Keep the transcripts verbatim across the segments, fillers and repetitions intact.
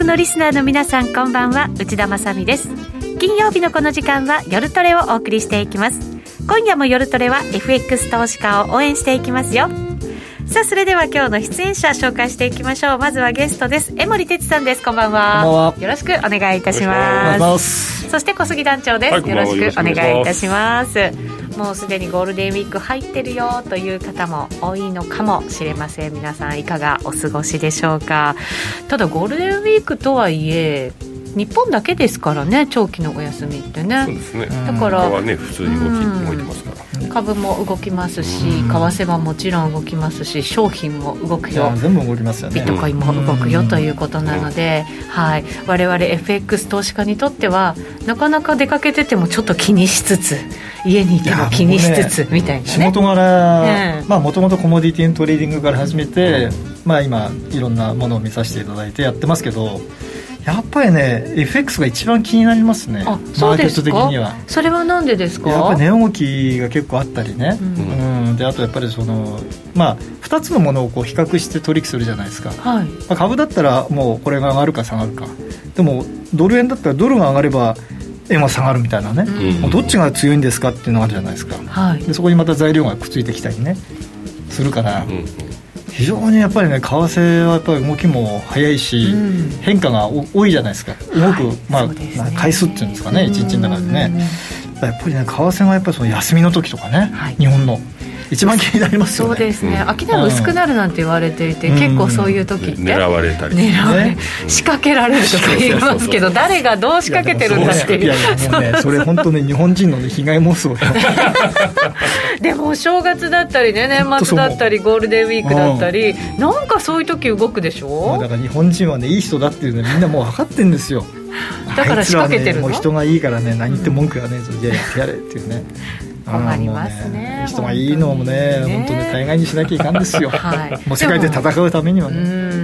のリスナーの皆さん、こんばんは。内田まさみです。金曜日のこの時間は夜トレをお送りしていきます。今夜も夜トレは エフエックス 投資家を応援していきますよ。さあ、それでは今日の出演者紹介していきましょう。まずはゲストです。江森哲さんです。こんばんは。 こんばんは。 よろしくお願いいたします。ますそして小杉団長です、はい、よろしくお願いいたします。もうすでにゴールデンウィーク入ってるよという方も多いのかもしれません。皆さんいかがお過ごしでしょうか。ただゴールデンウィークとはいえ日本だけですからね、長期のお休みってね。 そうですね。 だから他はね、普通に動き、動いてますから。 株も動きますし、為替ももちろん動きますし、商品も動くよ、 全部動きますよね。 ビットコインも動くよということなので、はい、我々 エフエックス 投資家にとってはなかなか出かけててもちょっと気にしつつ、家にいても気にしつつ、ね、みたいなね。 仕事柄、もともとコモディティのトレーディングから始めて、まあ、今いろんなものを見させていただいてやってますけど、やっぱりね エフエックス が一番気になりますね。 あ、そうですか。 マーケット的には。 それはなんでですか。 やっぱり値動きが結構あったりね、うんうん、であとやっぱりその、まあ、ふたつのものをこう比較して取引するじゃないですか、はい、まあ、株だったらもうこれが上がるか下がるか、でもドル円だったらドルが上がれば円は下がるみたいなね、うん、もうどっちが強いんですかっていうのがあるじゃないですか、はい、でそこにまた材料がくっついてきたりねするから、うん、非常にやっぱりね為替はやっぱり動きも早いし、うん、変化が多いじゃないですか。動く、はい、まあね、回数っていうんですかね、一日の中でね。やっぱりね為替はやっぱりその休みの時とかね、はい、日本の一番気になりますよね。 そうですね、商いも薄くなるなんて言われていて、うん、結構そういう時って、うん、 狙われたり、 狙われ、ね、仕掛けられるとか言いますけど、誰がどう仕掛けてるんだっていう。いやいやもうねそれ本当ね日本人の、ね、被害妄想でも正月だったりね、年末だったりゴールデンウィークだったり、うん、なんかそういう時動くでしょ。 だから日本人はねいい人だっていうのみんなもう分かってるんですよ。 だから仕掛けてるの、 ね、もう人がいいからね何言って文句がね、うん、じゃあやってやれっていうね。 困りますね。 ね、人がいいのもね本当に大概にしなきゃいかんですよ、はい、もう世界で戦うためにはね。うん、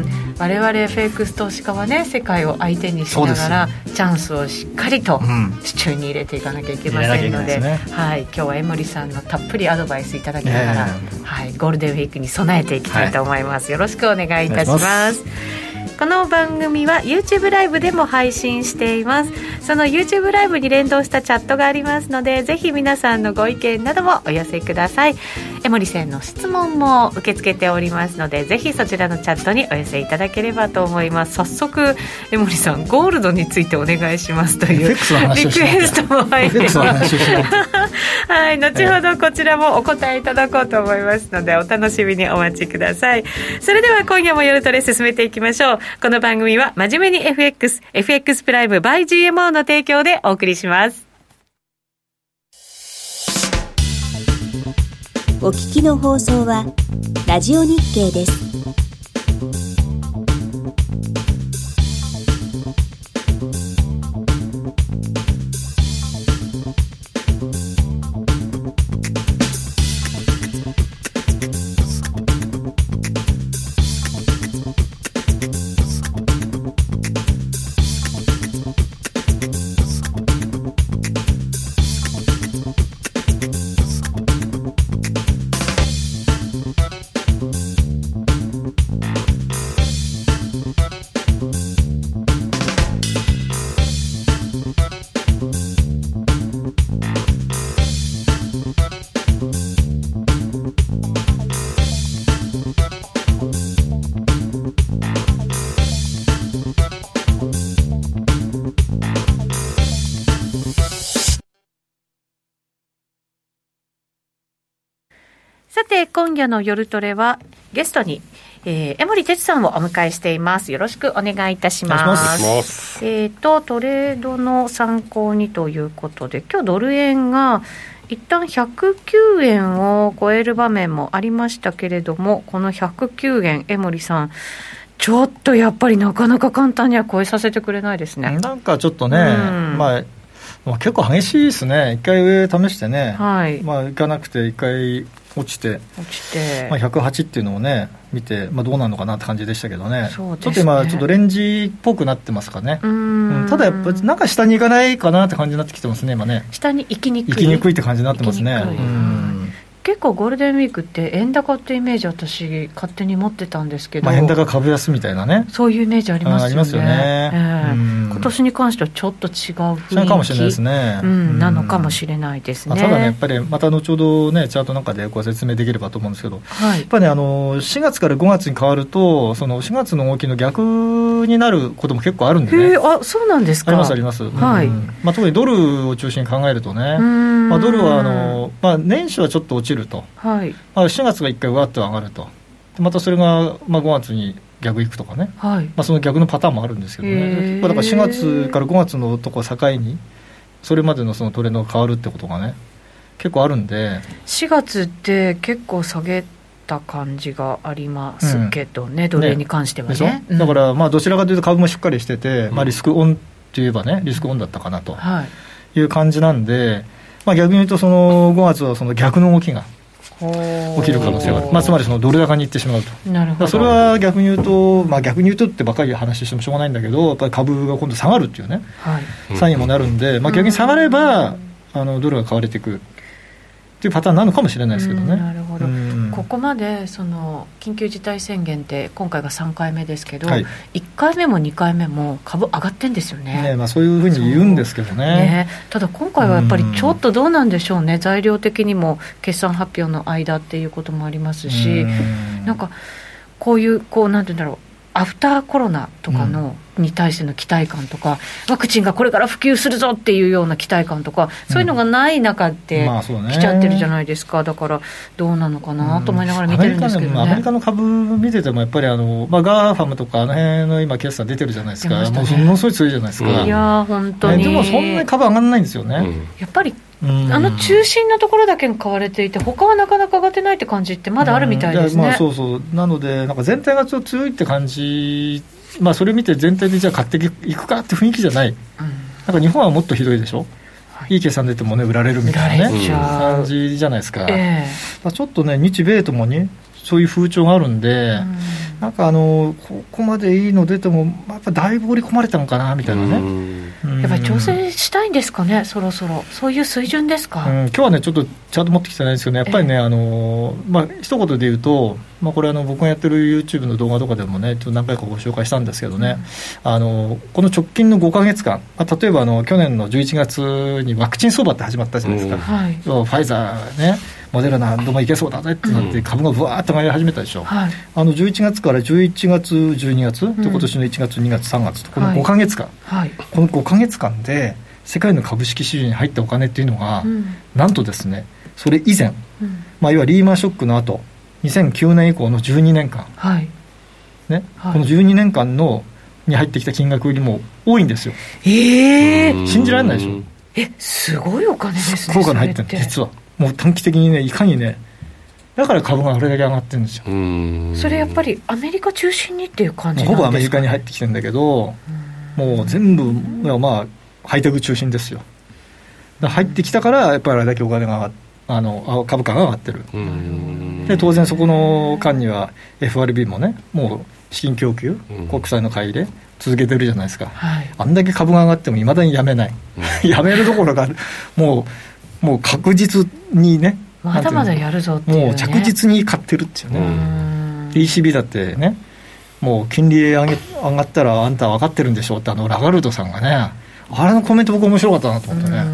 我々 エフエックス 投資家はね世界を相手にしながらチャンスをしっかりと手中に入れていかなきゃいけませんので、うん、ね、はい、今日は江森さんのたっぷりアドバイスいただきながら、はい、ゴールデンウィークに備えていきたいと思います、はい、よろしくお願いいたします。この番組は YouTube ライブでも配信しています。その YouTube ライブに連動したチャットがありますので、ぜひ皆さんのご意見などもお寄せください。江森さんの質問も受け付けておりますので、ぜひそちらのチャットにお寄せいただければと思います。早速江森さん、ゴールドについてお願いしますというリクエストも入っています。はい、後ほどこちらもお答えいただこうと思いますので、お楽しみにお待ちください。それでは今夜も夜トレ進めていきましょう。この番組は真面目に エフエックス エフエックス プライム by ジーエムオー の提供でお送りします。 お聞きの放送はラジオ日経です。 さて今夜の夜トレはゲストに、えー、江森哲さんをお迎えしています。よろしくお願いいたします。えーとトレードの参考にということで、今日ドル円が一旦ひゃくきゅうえんを超える場面もありましたけれども、このひゃくきゅうえん、江森さんちょっとやっぱりなかなか簡単には超えさせてくれないですね。 なんかちょっとね、うん、まあまあ、結構激しいですね。一回上試してね、はい、まあ、いかなくて一回落ちて落ちて、 まあ、ひゃくはちっていうのをね見て、まあ、どうなるのかなって感じでしたけど ね, そうですね、 ちょっと今ちょっとレンジっぽくなってますかね。うーん、うん、ただやっぱなんか下に行かないかなって感じになってきてますね今ね。 下に行きにくい行きにくいって感じになってますね。 うん、 結構ゴールデンウィークって円高ってイメージ私勝手に持ってたんですけど、 まあ、円高株安みたいなね、 そういうイメージありますよね。ありますよね、えー、今年に関してはちょっと違う雰囲気かもしれないですね、 うん、なのかもしれないですね。 ただねやっぱりまた後ほどねチャートなんかでご説明できればと思うんですけど、はい、やっぱりねあのしがつからごがつに変わるとそのしがつの動きの逆になることも結構あるんでね。 へー、あ、そうなんですか。 ありますあります、はい、うんまあ、特にドルを中心に考えるとね、まあ、ドルはあの、まあ、年初はちょっと落ちると、はいまあ、しがつがいっかいわっと上がると、またそれがまあごがつに逆いくとかね、はいまあ、その逆のパターンもあるんですけどね。だからしがつからごがつのとこを境にそれまでのそのトレンドが変わるってことがね結構あるんで、 しがつって結構下げた感じがありますけどね、うん、ドル円に関しては ね, ね、 うん、だからまあどちらかというと株もしっかりしてて、うんまあ、リスクオンといえばねリスクオンだったかなという感じなんで、まあ、逆に言うとそのごがつはその逆の動きが起きる可能性がある、まあ、つまりそのドル高に行ってしまうと。なるほど。それは逆に言うと、まあ、逆に言うとってばっかり話してもしょうがないんだけど、やっぱり株が今度下がるっていうね、はい、サインもなるんで、まあ、逆に下がればあのドルが買われていくっていうパターンなのかもしれないですけどね。 なるほど。ここまでその緊急事態宣言って今回がさんかいめですけど、はい、いっかいめもにかいめも株上がってんですよ ね, ね、まあ、そういうふうに言うんですけど ね, ねただ今回はやっぱりちょっとどうなんでしょうね。材料的にも決算発表の間っていうこともありますし、んなんかこういうこうなんていうんだろう、アフターコロナとかの、うん、に対しての期待感とか、ワクチンがこれから普及するぞっていうような期待感とか、そういうのがない中で来ちゃってるじゃないですか、うんまあね、だからどうなのかなと思いながら見てるんですけどね。 アメリカの株見ててもやっぱりあの、まあ、ガーファムとかあの辺の今決算出てるじゃないですか、ね、もうものすごい強いじゃないですか、うん、 いや本当に、 でもそんなに株上がらないんですよね、うん、 やっぱりあの中心のところだけが買われていて他はなかなか上がってないって感じってまだあるみたいですね、 うんまあ、そうそうなのでなんか全体がちょっと強いって感じ、まあ、それを見て全体でじゃあ買っていくかって雰囲気じゃない、うん、なんか日本はもっとひどいでしょ、はい、いい決算出てもね売られるみたいな、ね、感じじゃないですか、えー、ちょっとね日米ともにそういう風潮があるんで、うん、なんかあのここまでいいの出てもやっぱだいぶ織り込まれたのかなみたいなね、うんやっぱり調整したいんですかね、そろそろそういう水準ですか、 うん、今日はねちょっとチャート持ってきてないんですけどね、やっぱりね、えーあのまあ一言で言うと、まあ、これあの僕がやってる YouTube の動画とかでもねちょっと何回かご紹介したんですけどね、うん、あのこの直近のごかげつかん、まあ、例えばあの去年のじゅういちがつにワクチン相場って始まったじゃないですか、うんはい、ファイザーねモデルナどうもいけそうだねってなって株がぶわーっと上がり始めたでしょ、はい、あのじゅういちがつからじゅういちがつじゅうにがつ、うん、で今年のいちがつにがつさんがつとこのごかげつかん、はい、このごかげつかんで世界の株式市場に入ったお金っていうのが、うん、なんとですねそれ以前、うんまあ、いわゆるリーマンショックの後にせんきゅうねん以降のじゅうにねんかん、はいねはい、このじゅうにねんかんのに入ってきた金額よりも多いんですよ。 えー、 信じられないでしょ。 えすごいお金ですね。 効果の入ってる実はもう短期的にねいかにねだから株があれだけ上がってるんですよ。 うんそれやっぱりアメリカ中心にっていう感じなんですか。 ほぼアメリカに入ってきてるんだけどもう全部まあハイテク中心ですよ。だ入ってきたからやっぱりあれだけお金があの株価が上がってる。うんで当然そこの間には エフアールビー もねもう資金供給国債の買い入れ続けてるじゃないですか、はい、あんだけ株が上がってもいまだにやめない、うん、やめるどころかもう、もう確実にねまだまだやるぞっていう、ね、 もう着実に買ってるっていうね、うん、イーシービー だってねもう金利上げ上がったらあんた分かってるんでしょってあのラガルドさんがねあれのコメント僕面白かったなと思ってね、うん、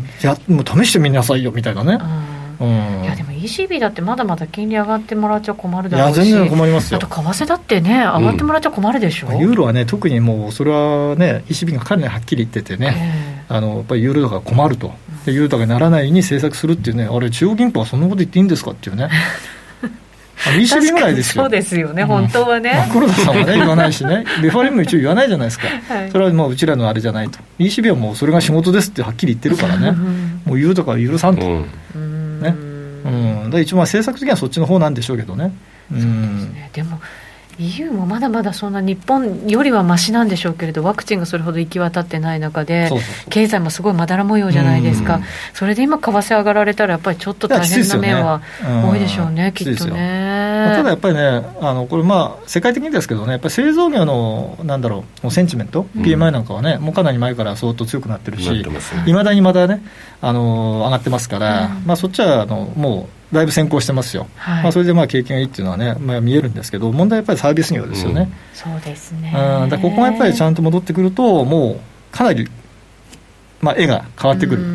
いやもう試してみなさいよみたいなね、うん、いやでも イーシービー だってまだまだ金利上がってもらっちゃ困るだろうし、 いや全然困りますよ。 あと為替だってね上がってもらっちゃ困るでしょ、うん、 ユーロはね特にもうそれはね イーシービー がかなりはっきり言っててね、えー、あのやっぱりユーロ高が困るとでユーロ高にならないように政策するっていうねあれ中央銀行はそんなこと言っていいんですかっていうねあの イーシービー ぐらいですよ。 そうですよね、うん、本当はね、 まあ、黒田さんはね言わないしねレファレも一応言わないじゃないですか、はい、それはもううちらのあれじゃないと イーシービー はもうそれが仕事ですってはっきり言ってるからねもうユーロ高は許さんと、うんねうん、だ一応まあ政策的にはそっちの方なんでしょうけどね、 うん、そうですね。でもイーユー もまだまだそんな日本よりはマシなんでしょうけれど、ワクチンがそれほど行き渡ってない中で、そうそうそう、経済もすごいまだら模様じゃないですか。それで今為替上がられたらやっぱりちょっと大変な面は多いでしょうね、きっとね。 まあ、ただやっぱりね、あのこれまあ世界的にですけどね、やっぱり製造業のなんだろうセンチメント、うん、ピーエムアイ なんかはね、もうかなり前から相当強くなってるし、いまだにまだね、あの上がってますから、うん、まあ、そっちはあのもうだいぶ先行してますよ、はい、まあ、それでまあ景気がいいっていうのはね、まあ、見えるんですけど、問題はやっぱりサービス業ですよね、うん、 そうですね、 うん、だここがやっぱりちゃんと戻ってくると、もうかなり、まあ、絵が変わってくる。うん、うん、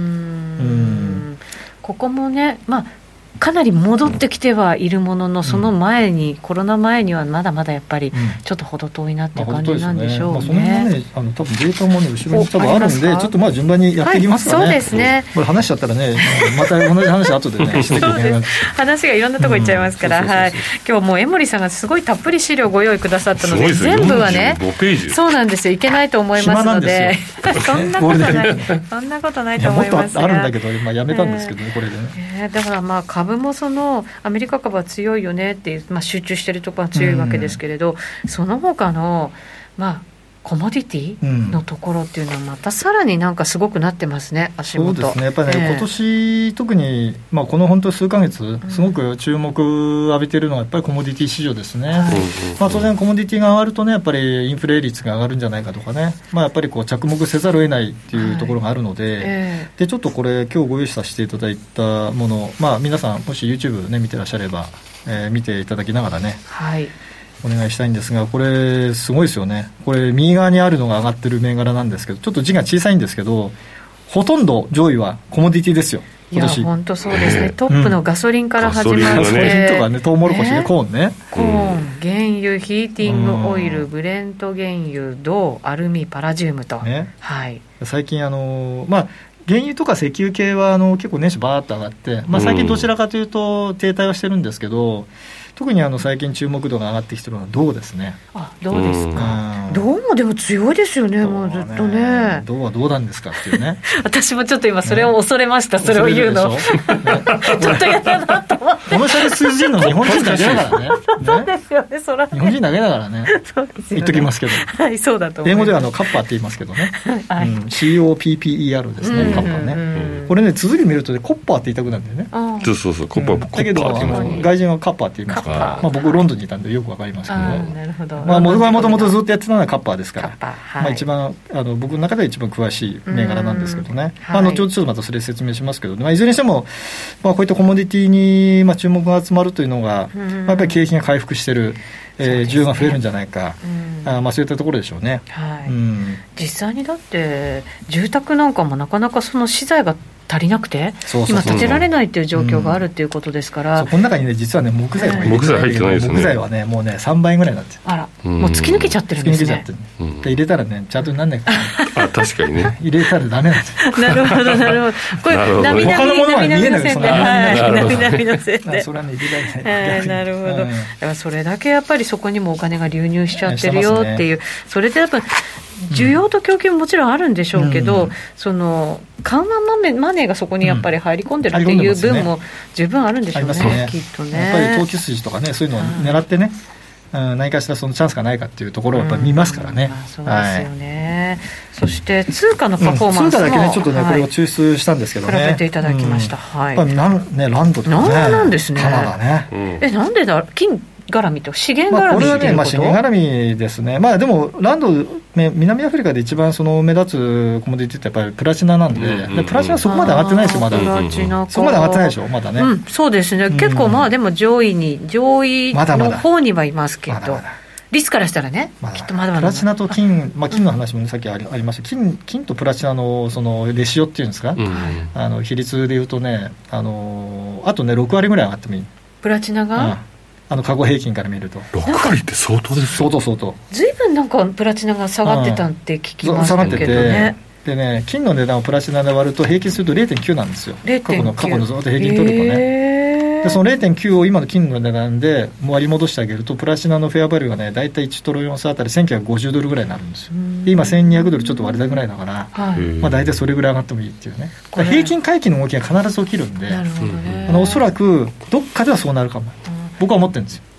ここもね、まあかなり戻ってきてはいるものの、その前に、うん、コロナ前にはまだまだやっぱりちょっと程遠いなっていう感じなんでしょうね。まあ、その辺ね、あの多分データもね後ろに多分あるんで、ちょっとまあ順番にやっていきますかね。はい、そうですね。これ話しちゃったらね、また同じ話後でねしていきない。話がいろんなところ行っちゃいますから、はい。今日もう江守さんがすごいたっぷり資料をご用意くださったので、全部はね、そうなんですよ、いけないと思いますので、そんなことない、そんなことないと思いますが、 もっとあるんだけど、まあやめたんですけどね、これでね。 えー、だからまあ株もそのアメリカ株は強いよねっていう、まあ、集中しているところは強いわけですけれど、うん、その他の、まあ、コモディティのところっていうのはまたさらになんかすごくなってますね、足元。 そうですね、やっぱりね、えー、今年特に、まあ、この本当数ヶ月すごく注目浴びているのはやっぱりコモディティ市場ですね、はい、まあ、当然コモディティが上がるとね、やっぱりインフレ率が上がるんじゃないかとかね、まあ、やっぱりこう着目せざるを得ないっていうところがあるので、はい、えー、でちょっとこれ今日ご用意させていただいたもの、まあ、皆さんもし YouTube、ね、見てらっしゃれば、えー、見ていただきながらね、はい、お願いしたいんですが、これすごいですよね。これ右側にあるのが上がってる銘柄なんですけど、ちょっと字が小さいんですけど、ほとんど上位はコモディティですよ。 いや本当そうですね、トップのガソリンから始まって、 ガソリンとかね、トウモロコシね、コーンね、 コーン、原油、ヒーティングオイル、ブレント原油、銅、アルミ、パラジウムと、ね、はい、 最近あのまあ原油とか石油系はあの結構年初バーッと上がって、まあ、最近どちらかというと停滞はしてるんですけど、特にあの最近注目度が上がってきてるのは銅ですね。 あ、銅ですか。銅もでも強いですよね、もうずっとね。 銅はどうなんですかっていうね私もちょっと今それを恐れました、ね、それを言うの、ね、ちょっと嫌だなと思って。 このシャレ数字の日本人だけだからねそうですよね、そらね、 日本人だけだからねそうですよね、言っときますけど、 はい、そうだと思います。 英語ではあのカッパーって言いますけどね、はい、うん、シーオーピーピーイーアール ですね、カッパーね。これね、綴り見ると、ね、コッパーって言いたくなるんだよね。 あ、そうそうそう、コッパー、うん、だけど外人はカッパーって言いますから、まあ、僕ロンドンにいたんでよくわかりますけど、 あ、なるほど、 まあ、僕がもともとずっとやってたのはカッパーですから、 はい、 まあ、一番あの僕の中では一番詳しい銘柄なんですけどね、まあ、後ほどちょっとまたそれ説明しますけど、まあ、いずれにしても、まあ、こういったコモディティに、まあ、注目が集まるというのが、まあ、やっぱり景気が回復している、えー、需要が増えるんじゃないか、うん、あ、まあ、そういったところでしょうね、 はい、 うん、 実際にだって住宅なんかもなかなかその資材が足りなくて、そうそうそうそう、今建てられないという状況があるっていうことですから、 うん、この中にね実はね木材とか入れて、 木材入ってないですね。 木材はねもうねさんばいぐらいになってる。 あら、うん、もう突き抜けちゃってるんですね。 突き抜けちゃってる、うん、で入れたらねちゃんとなんないからあ、確かにね入れたらダメなんですよなるほどなるほど、これなみなみの線で、なみなみの線でそれはね入れられない、 なるほど、うん、だからそれだけやっぱりそこにもお金が流入しちゃってるよっていう、ね、それでやっぱ需要と供給ももちろんあるんでしょうけど、うん、その緩和マネー、マネーがそこにやっぱり入り込んでるっていう分も十分あるんでしょう ね, ねきっとね。 やっぱり投機筋とかね、そういうのを狙ってね、うん、何かしらそのチャンスがないかっていうところをやっぱり見ますからね、うん、まあ、 そうですよね、はい、そして通貨のパフォーマンスも、うん、通貨だけねちょっとね、はい、 これを抽出したんですけどね、 比べていただきました、うん、はい、 やっぱりなん、ね、ランドとかね、 なんなんですね、 カナダね、 うん、え、なんでだ、金絡みと資源絡みっていうこと、まあ、これはね、まあ、資源絡みですね。まあでもランド、南アフリカで一番その目立つコモディティってやっぱりプラチナなんで、うん、でプラチナそこまで上がってないですよまだ。プラチナか、そこまで上がってないでしょまだね、うん、 そうですね、うん、結構まあでも上位に上位の方にはいますけど、まだまだリスからしたらね、ま、きっとまだまだプラチナと金、まあ、金の話も、ね、さっきあり、ありました。 金, 金とプラチナ の, そのレシオっていうんですか、うん、あの比率でいうとね、あのあとねろくわりぐらい上がってもいい、 プラチナが、うん、 あの過去平均から見るとろくわりって相当ですよ。相当相当。 ずいぶんなんかプラチナが下がってたって聞きましたけどね。 でね、金の値段をプラチナで割ると平均すると れいてんきゅう なんですよ。過去の過去のずっと平均取るとね。でその れいてんきゅう を今の金の値段で割り戻してあげるとプラチナのフェアバリューがねだいたいいちトロイオンスあたりせんきゅうひゃくごじゅうドルぐらいになるんですよ。で今せんにひゃくドルちょっと割れたぐらいだから、はい、まあ、だいたいそれぐらい上がってもいいっていうね。平均回帰の動きが必ず起きるんで、なるほどね、あのおそらくどっかではそうなるかも、僕は思ってるんですよ。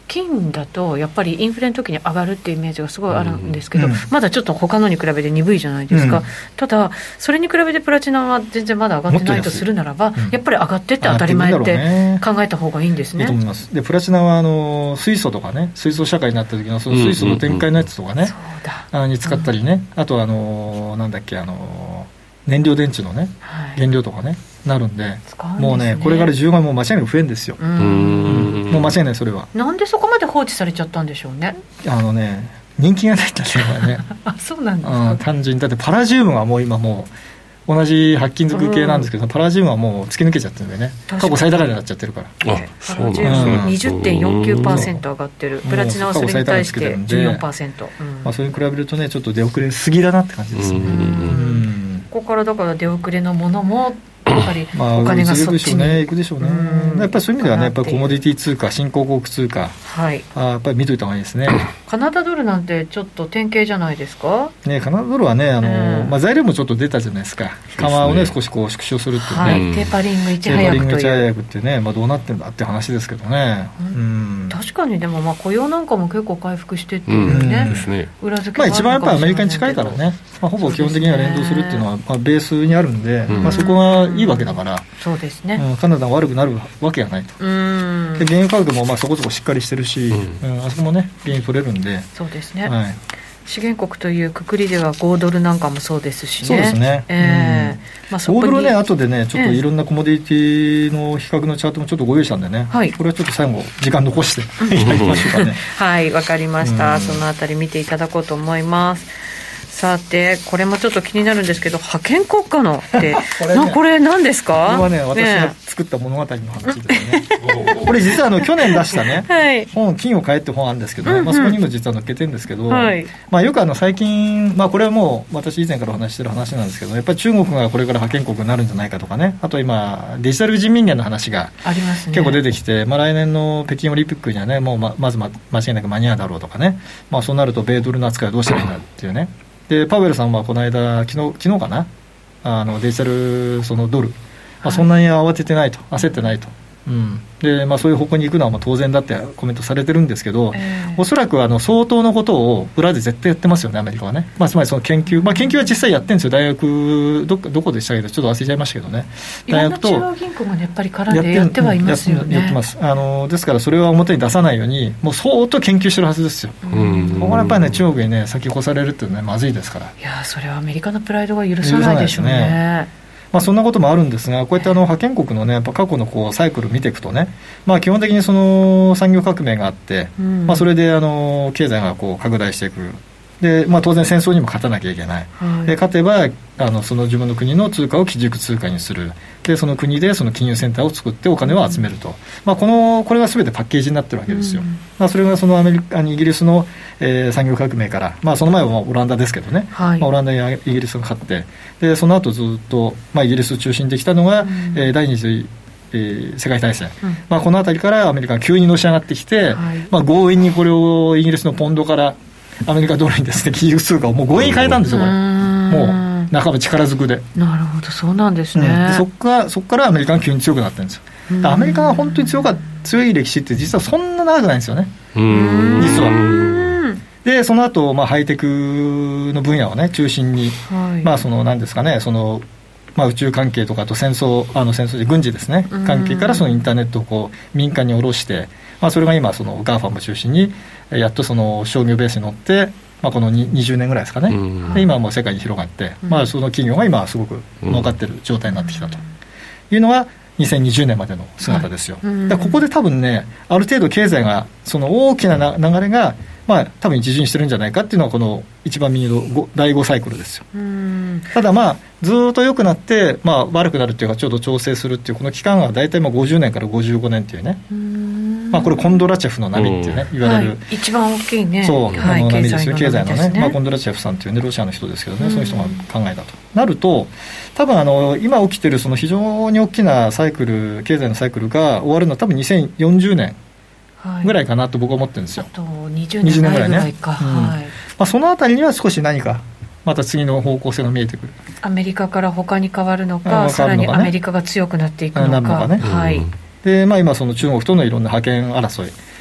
金だとやっぱりインフレの時に上がるっていうイメージがすごいあるんですけど、うん、まだちょっと他のに比べて鈍いじゃないですか、うん、ただそれに比べてプラチナは全然まだ上がってないとするならば、うん、やっぱり上がってって当たり前って考えた方がいいんですね。 いいと思います。でプラチナはあの水素とかね、水素社会になった時のその水素の展開のやつとかね、うんうんうん、あに使ったりね、うん、あとはあのなんだっけあの燃料電池のね、はい、原料とかねなるん で, んですね、もうねこれから需要がもう間違いなく増えるんですよ。うーん、うん、もう間違いない。それはなんでそこまで放置されちゃったんでしょうね。 あのね人気がないっていうのはねあそうなんですか。 単純にだってパラジウムはもう今もう同じ白金属系なんですけど、うん、パラジウムはもう突き抜けちゃってるんでね、過去最高値になっちゃってるから。 あそうなんですね。 にじゅってんよんきゅうパーセント 上がってる。プラチナはそれに対して じゅうよんパーセント、うん、 まあ、それに比べるとねちょっと出遅れすぎだなって感じですね。うん、 ここからだから出遅れのものもやっぱりお金がそっちに行くでしょうね。やっぱりそういう意味ではね、やっぱりコモディティ通貨、新興国通貨、はい、あやっぱり見といた方がいいですね。 カナダドルなんてちょっと典型じゃないですか、 ね、カナダドルはねあの、うんまあ、材料もちょっと出たじゃないですか。緩和をね少しこう縮小するっていうね、はい、 テーパリングいち早くというテーパリングいち早くってね、まあ、どうなってんだっていう話ですけどね、うんうん、確かにでもまあ雇用なんかも結構回復してっていうね、うんですね、裏付けがあるのかもしれないけど、 まあ、一番やっぱりアメリカに近いからね、まあ、ほぼ基本的には連動するっていうのは、まあ、ベースにあるんで、うんまあ、そこがいいわけだから、 そうですね、 うん、カナダが悪くなるわけがないと。うんで原油価格もまあそこそこしっかりしてるし、うんうん、あそこもね原油取れるんで。 そうですね、はい、資源国というくくりではごドルなんかもそうですしね。 そうですね、えーうんまあ、そこにごドルね後でねちょっといろんなコモディティの比較のチャートもちょっとご用意したんでね、はい、これはちょっと最後時間残していただきましょうかねはいわかりました、うん、そのあたり見ていただこうと思います。さてこれもちょっと気になるんですけど、覇権国家のってこれ、ね、これ何ですか。 これはね私が作った物語の話ですねこれ実はあの去年出したね、はい、本金を買えって本あるんですけど、うんうんまあ、そこにも実は載っけてるんですけど、はいまあ、よくあの最近、まあ、これはもう私以前からお話してる話なんですけど、やっぱり中国がこれから覇権国になるんじゃないかとかね、あと今デジタル人民元の話が結構出てきて、まあ、来年の北京オリンピックにはねもう ま, まずま間違いなく間に合うだろうとかね、まあ、そうなると米ドルの扱いはどうしたらいいんだっていうね。でパウエルさんはこの間昨日、昨日かなあのデジタルそのドル、まあ、そんなに慌ててないと焦ってないと、うんでまあ、そういう方向に行くのはまあ当然だってコメントされてるんですけど、えー、おそらくあの相当のことを裏で絶対やってますよねアメリカはね、まあ、つまりその研究、まあ、研究は実際やってるんですよ。大学 ど, どこでしたけどちょっと忘れちゃいましたけどね、大学といろんな中央銀行が、ね、やっぱり絡んでやってはいますよね。 やってますあのですからそれは表に出さないようにもう相当研究してるはずですよ。うんここはやっぱりね中国にね先越されるっていうのは、ね、まずいですから。 いやそれはアメリカのプライドが許さないでしょうね。 まあ、そんなこともあるんですが、こうやってあの覇権国の、ね、やっぱ過去のこうサイクルを見ていくとね、まあ、基本的にその産業革命があって、うんまあ、それであの経済がこう拡大していく。でまあ、当然戦争にも勝たなきゃいけない、はい、で勝てばあのその自分の国の通貨を基軸通貨にする。でその国でその金融センターを作ってお金を集めると、うんまあ、このこれが全てパッケージになってるわけですよ、うんまあ、それがそのアメリカイギリスの、えー、産業革命から、まあ、その前はまあオランダですけどね、はいまあ、オランダにイギリスが勝ってでその後ずっと、まあ、イギリスを中心できたのが、うんえー、第二次えー、世界大戦、うんまあ、この辺りからアメリカが急にのし上がってきて、はいまあ、強引にこれをイギリスのポンドからアメリカドルにですね基軸通貨をもう強引に変えたんですよこれ。もう半ば力ずくで。 なるほどそうなんですね、 うん、でそこからそこからアメリカが急に強くなってるんですよ。アメリカが本当に強か強い歴史って実はそんな長くないんですよねうん実は。でその後、まあハイテクの分野をね中心に、はい、まあその何ですかねそのまあ、宇宙関係とかと戦争あの戦争で軍事ですね関係からそのインターネットをこう民間に下ろして、まあ、それが今その ガーファムを中心にやっとその商業ベースに乗って、まあ、このにじゅうねんぐらいですかねで今はもう世界に広がって、まあ、その企業が今はすごく儲かってる状態になってきたというのがにせんにじゅうねんまでの姿ですよ、はい、だからここで多分ねある程度経済がその大きなな流れがまあ、多分一巡してるんじゃないかっていうのはこの一番右のだいごサイクルですよ。うんただまあずっと良くなって、まあ、悪くなるっていうかちょうど調整するっていうこの期間は大体まあごじゅうねんからごじゅうごねんっていうねうんまあ、これコンドラチェフの波っていうね言われる、 はい、一番大きいねそう、はい、あの波ですよ経済のね、まあ、コンドラチェフさんっていうねロシアの人ですけどねその人が考えたとなると多分あの今起きてるその非常に大きなサイクル経済のサイクルが終わるのは多分にせんよんじゅうねんぐらいかなと僕は思ってるんですよ。 あとにじゅうねんぐらいねか、うんはいまあ、そのあたりには少し何かまた次の方向性が見えてくる。 アメリカから他に変わるのか、ね、さらにアメリカが強くなっていくのか、 なるのかね、 はいでまあ、今その中国とのいろんな覇権争い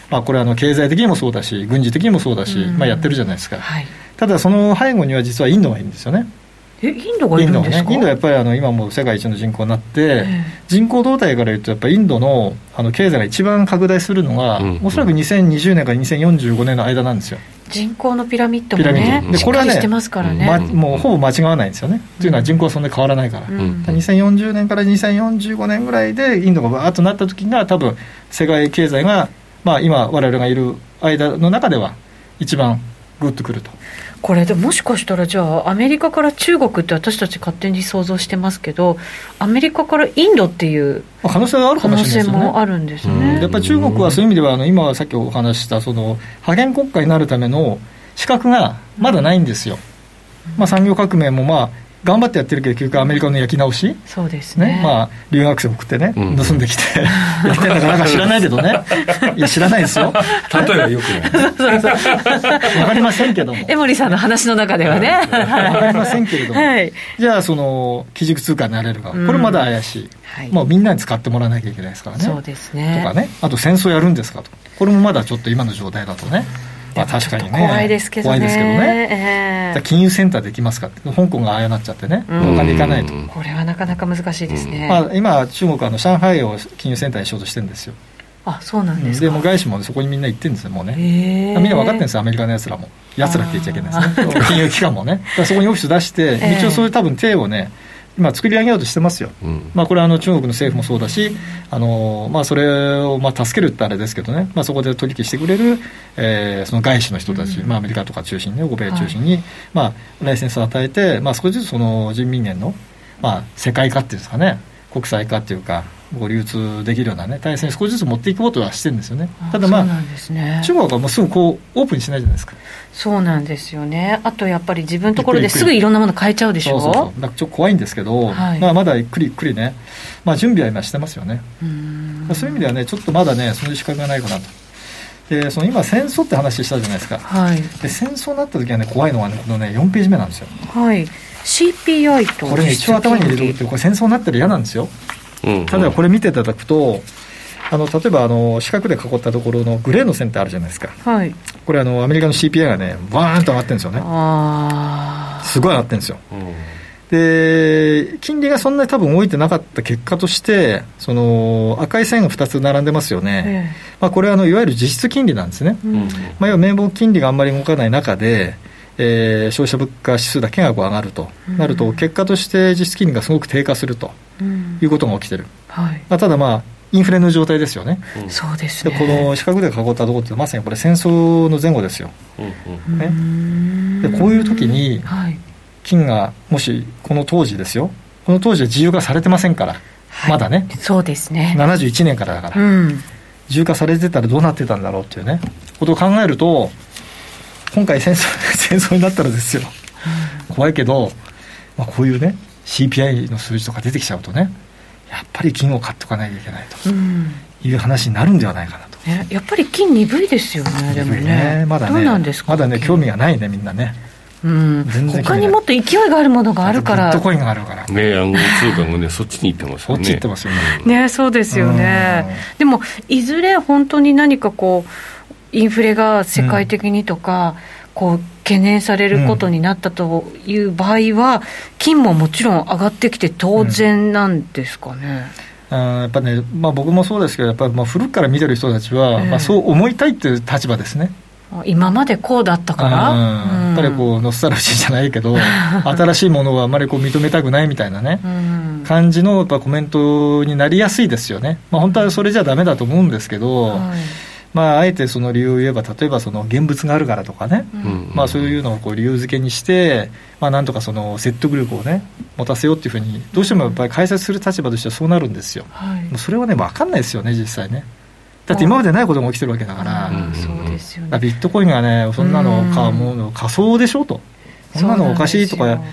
まあ、これはあの経済的にもそうだし軍事的にもそうだし、まあ、やってるじゃないですか、はい、ただその背後には実はインドがいるんですよね。 えインドがいるんですか。インドは、ね、 インドはやっぱりあの今もう世界一の人口になって、えー、人口動態から言うとやっぱりインド の, あの経済が一番拡大するのが、うん、おそらくにせんにじゅうねんからにせんよんじゅうごねんの間なんですよ。 人口のピラミッドもねでこれはねしてますからね、 ま、もうほぼ間違わないんですよね、うん、というのは人口はそんなに変わらないから、うん、にせんよんじゅうねんからにせんよんじゅうごねんぐらいでインドがバーッとなった時が多分世界経済が、まあ、今我々がいる間の中では一番グッとくると。 これでもしかしたらじゃあアメリカから中国って私たち勝手に想像してますけどアメリカからインドっていう可能性があるかもしれないですよね。 可能性もあるんですね、うん、 やっぱり中国はそういう意味ではあの今さっきお話したその覇権国家になるための資格がまだないんですよ、うんまあ、産業革命もまあ頑張ってやってるけど結局アメリカの焼き直し、 そうですね、 ね、まあ、留学生送ってね、うん、盗んできてやってんだかなんか知らないけどねいや知らないですよ例えばよくない分かりませんけども江森さんの話の中ではね分かりませんけれども、はい、じゃあその基軸通貨になれるか、うん、これまだ怪しい、はい、もうみんなに使ってもらわなきゃいけないですからね。 そうですねとかね、あと戦争やるんですかと、これもまだちょっと今の状態だとね、まあ、確かにね怖いですけどね、 怖いですけどね、えー、金融センターできますかって、香港がああなっちゃってね、お金いかないと、 これはなかなか難しいですね、 まあ、今中国はあの上海を金融センターにしようとしてるんですよ。 あ、そうなんですか。 でも外資もそこにみんな行ってるんですよもうね、みんな分かってるんですよ、アメリカのやつらも、やつらって言っちゃいけないですね金融機関もね、だからそこにオフィス出して、一応そういう多分手をね今作り上げようとしてますよ、うんまあ、これはあの中国の政府もそうだし、あの、まあ、それをまあ助けるってあれですけどね、まあ、そこで取引してくれる、えー、その外資の人たち、うんまあ、アメリカとか中心に、ね、欧米中心に、はいまあ、ライセンスを与えて、まあ、少しずつその人民元の、まあ、世界化っていうんですかね、国際化っていうか流通できるような、ね、体制に少しずつ持っていくことはしてるんですよね。ただまあ、そうなんですね、中国はもうすぐこうオープンにしないじゃないですか。 そうなんですよね。あとやっぱり自分のところですぐいろんなもの変えちゃうでしょ。 そうそうそう、だからちょっと怖いんですけど、はいまあ、まだゆっくりゆっくりね、まあ、準備は今してますよね。うーん、そういう意味ではねちょっとまだねそういう資格がないかなと。でその今戦争って話したじゃないですか、はい、で戦争になった時はね怖いのはねこのねよんページ目なんですよ。 はい、シーピーアイ とこれ、ね、一応頭に入れておくって、これ戦争になったら嫌なんですよ。うんうん、ただこれ見ていただくとあの例えばあの四角で囲ったところのグレーの線ってあるじゃないですか、はい、これあのアメリカの シーピーアイ がねバーンと上がってるんですよね。あすごい上がってるんですよ、うん、で金利がそんなに多分動いてなかった結果としてその赤い線がふたつ並んでますよね、えーまあ、これはあのいわゆる実質金利なんですね、うんまあ、要は名目金利があんまり動かない中でえー、消費者物価指数だけがこう上がると、うん、なると結果として実質金利がすごく低下すると、うん、いうことが起きてる、はいまあ、ただまあインフレの状態ですよね、うん、そうですね。でこの四角で囲ったところってまさにこれ戦争の前後ですよ、うんね、でこういう時に金がもしこの当時ですよ、この当時は自由化されてませんから、はい、まだねそうですねななじゅういちねんからだから、うん、自由化されてたらどうなってたんだろうっていうねことを考えると今回戦争、戦争になったらですよ、うん、怖いけど、まあ、こういうね シーピーアイ の数字とか出てきちゃうとねやっぱり金を買っておかないといけないという話になるんではないかなと、 ね、やっぱり金鈍いですよね。でもねまだね、どうなんですか、まだね興味がないねみんなね、 うん、全然他にもっと勢いがあるものがあるからビットコインがあるからね、暗号通貨もねそっちに行ってますよね。 そっち行ってますよね。 ね、そうですよね。でもいずれ本当に何かこうインフレが世界的にとか、うん、こう懸念されることになったという場合は、うん、金ももちろん上がってきて当然なんですかね。 うん、あやっぱね、まあ、僕もそうですけどやっぱりまあ古くから見てる人たちは、えーまあ、そう思いたいという立場ですね。 今までこうだったから、うん、 やっぱりこうノスタルジーじゃないけど新しいものはあまりこう認めたくないみたいなね、うん、感じのやっぱコメントになりやすいですよね。まあ、本当はそれじゃダメだと思うんですけど、はいまあ、あえてその理由を言えば例えばその現物があるからとかね、うんまあ、そういうのをこう理由付けにして、まあ、なんとかその説得力をね持たせようっていうふうにどうしてもやっぱり解説する立場としてはそうなるんですよ、はい、もうそれはね分かんないですよね実際ね。だって今までないことが起きてるわけだから、うんそうですよね、ビットコインがねそんなのかもう仮想でしょと、そんなのおかしいとか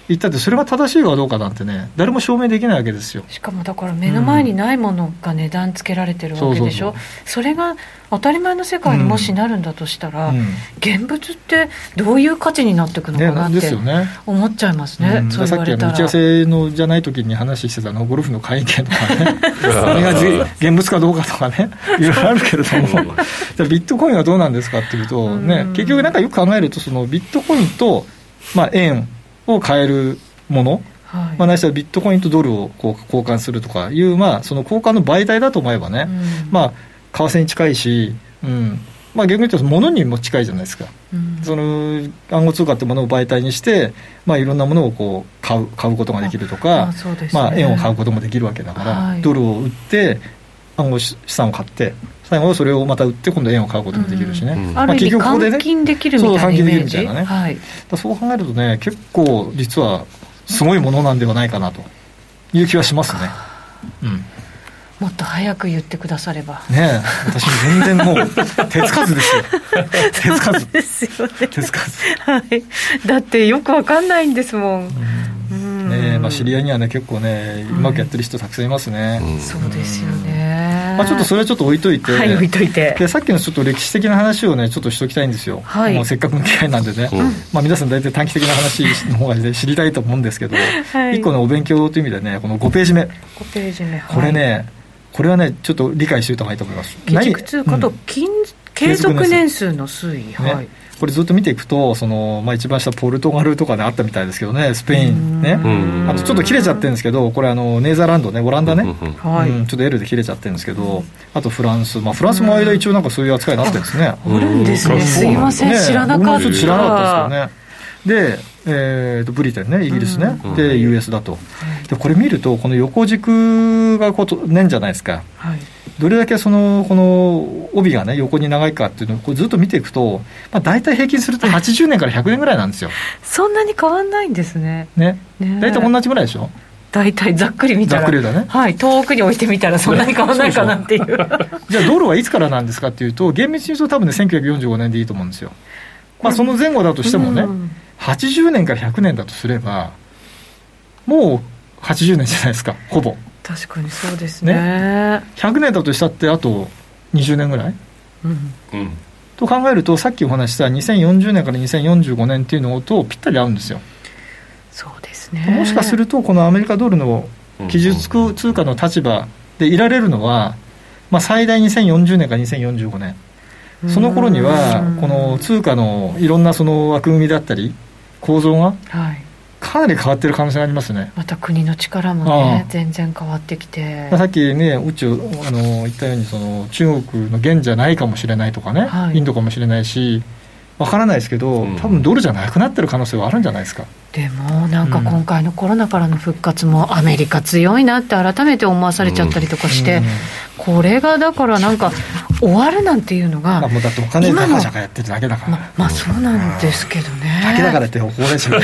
言ったってそれが正しいかどうかなんてね誰も証明できないわけですよ。 しかもだから目の前にないものが値段つけられてるわけでしょ、うん、そうそうそう、それが当たり前の世界にもしなるんだとしたら、うん、現物ってどういう価値になっていくのかなって思っちゃいますね、うん、そう言われたら。 さっき打ち合わせのじゃない時に話してたのゴルフの会計とかねあれが現物かどうかとかねいろいろあるけれどもじゃあビットコインはどうなんですかっていうと、ね、うん、結局なんかよく考えるとそのビットコインと、まあ、円を変えるもの、はい、まあ、ないしはビットコインとドルをこう交換するとかいう、まあ、その交換の媒体だと思えばね、うん、まあ、為替に近いし、うん、まあ、逆に言うと物にも近いじゃないですか、うん、その暗号通貨ってものを媒体にして、まあ、いろんなものをこう買う、買うことができるとか、あ、そうですね、まあ、円を買うこともできるわけだから、はい、ドルを売って暗号資産を買って最後はそれをまた売って今度円を買うこともできるしね、うん、 ある意味換金できるみたいなイメージ、 そう、ね、はい、だそう考えるとね結構実はすごいものなんではないかなという気はしますね、うん、 もっと早く言ってくださればねえ、私全然もう手つかずですよ手つかずですよね、 手つかず、 はい、だってよくわかんないんですもん、 うん、ねえ、まあ、知り合いにはね結構ねうまくやってる人たくさんいますね、 うん、そうですよね、 まあ、ちょっとそれはちょっと置いといて、 はい、置いといて、 でさっきのちょっと歴史的な話をねちょっとしておきたいんですよ、はい、もうせっかくの機会なんでね、うん、まあ、皆さん大体短期的な話の方が、ね、知りたいと思うんですけど、はい、いっこのお勉強という意味でねこのごページ目、 ごページ目、はい、 これねこれはねちょっと理解しておいた方がいいと思います。 基軸通貨と金、うん、継続年数の推移、 ね、はい、これずっと見ていくとその、まあ、一番下ポルトガルとかであったみたいですけどね、スペインね、あとちょっと切れちゃってるんですけどこれあのネーザーランドね、オランダね、はい、うん、ちょっと L で切れちゃってるんですけど、あとフランス、まあ、フランスも間一応なんかそういう扱いになってるんですね。 あるんですね、すいません、ね、知らなかった。僕もちょっと知らなかったですよね。で、えー、とブリテンね、イギリスね、うん、で ユーエス だと、でこれ見るとこの横軸がこう年じゃないですか、はい、どれだけそのこの帯がね横に長いかっていうのをこうずっと見ていくと、まあ、大体平均するとはちじゅうねんからひゃくねんぐらいなんですよ。 そんなに変わんないんですね。 ね、ね、大体同じぐらいでしょ。 大体ざっくり見たらざっくりだね、 はい、遠くに置いてみたらそんなに変わんないかなっていうじゃあドルはいつからなんですかっていうと厳密に言うと多分ねせんきゅうひゃくよんじゅうごねんでいいと思うんですよ。まあ、その前後だとしてもね、うん、はちじゅうねんからひゃくねんだとすればもうはちじゅうねんじゃないですか、ほぼ。 確かにそうです ね, ねひゃくねんだとしたってあとにじゅうねんぐらい、うんうん、と考えるとさっきお話したにせんよんじゅうねんからにせんよんじゅうごねんっていうのとぴったり合うんですよ。 そうですね。 もしかするとこのアメリカドルの基準通貨の立場でいられるのは、まあ、最大にせんよんじゅうねんからにせんよんじゅうごねん、その頃にはこの通貨のいろんなその枠組みだったり構造がかなり変わってる可能性がありますね。 また国の力もね全然変わってきて、 さっきね宇宙あの言ったようにその中国の元じゃないかもしれないとかね、はい、インドかもしれないしわからないですけど、多分ドルじゃなくなってる可能性はあるんじゃないですか。 でもなんか今回のコロナからの復活もアメリカ強いなって改めて思わされちゃったりとかして、うんうん、これがだからなんか終わるなんていうのが、 まあ、もうだってお金だかじゃかやってるだけだから、 ま, まあそうなんですけどね、 だけだからって法令者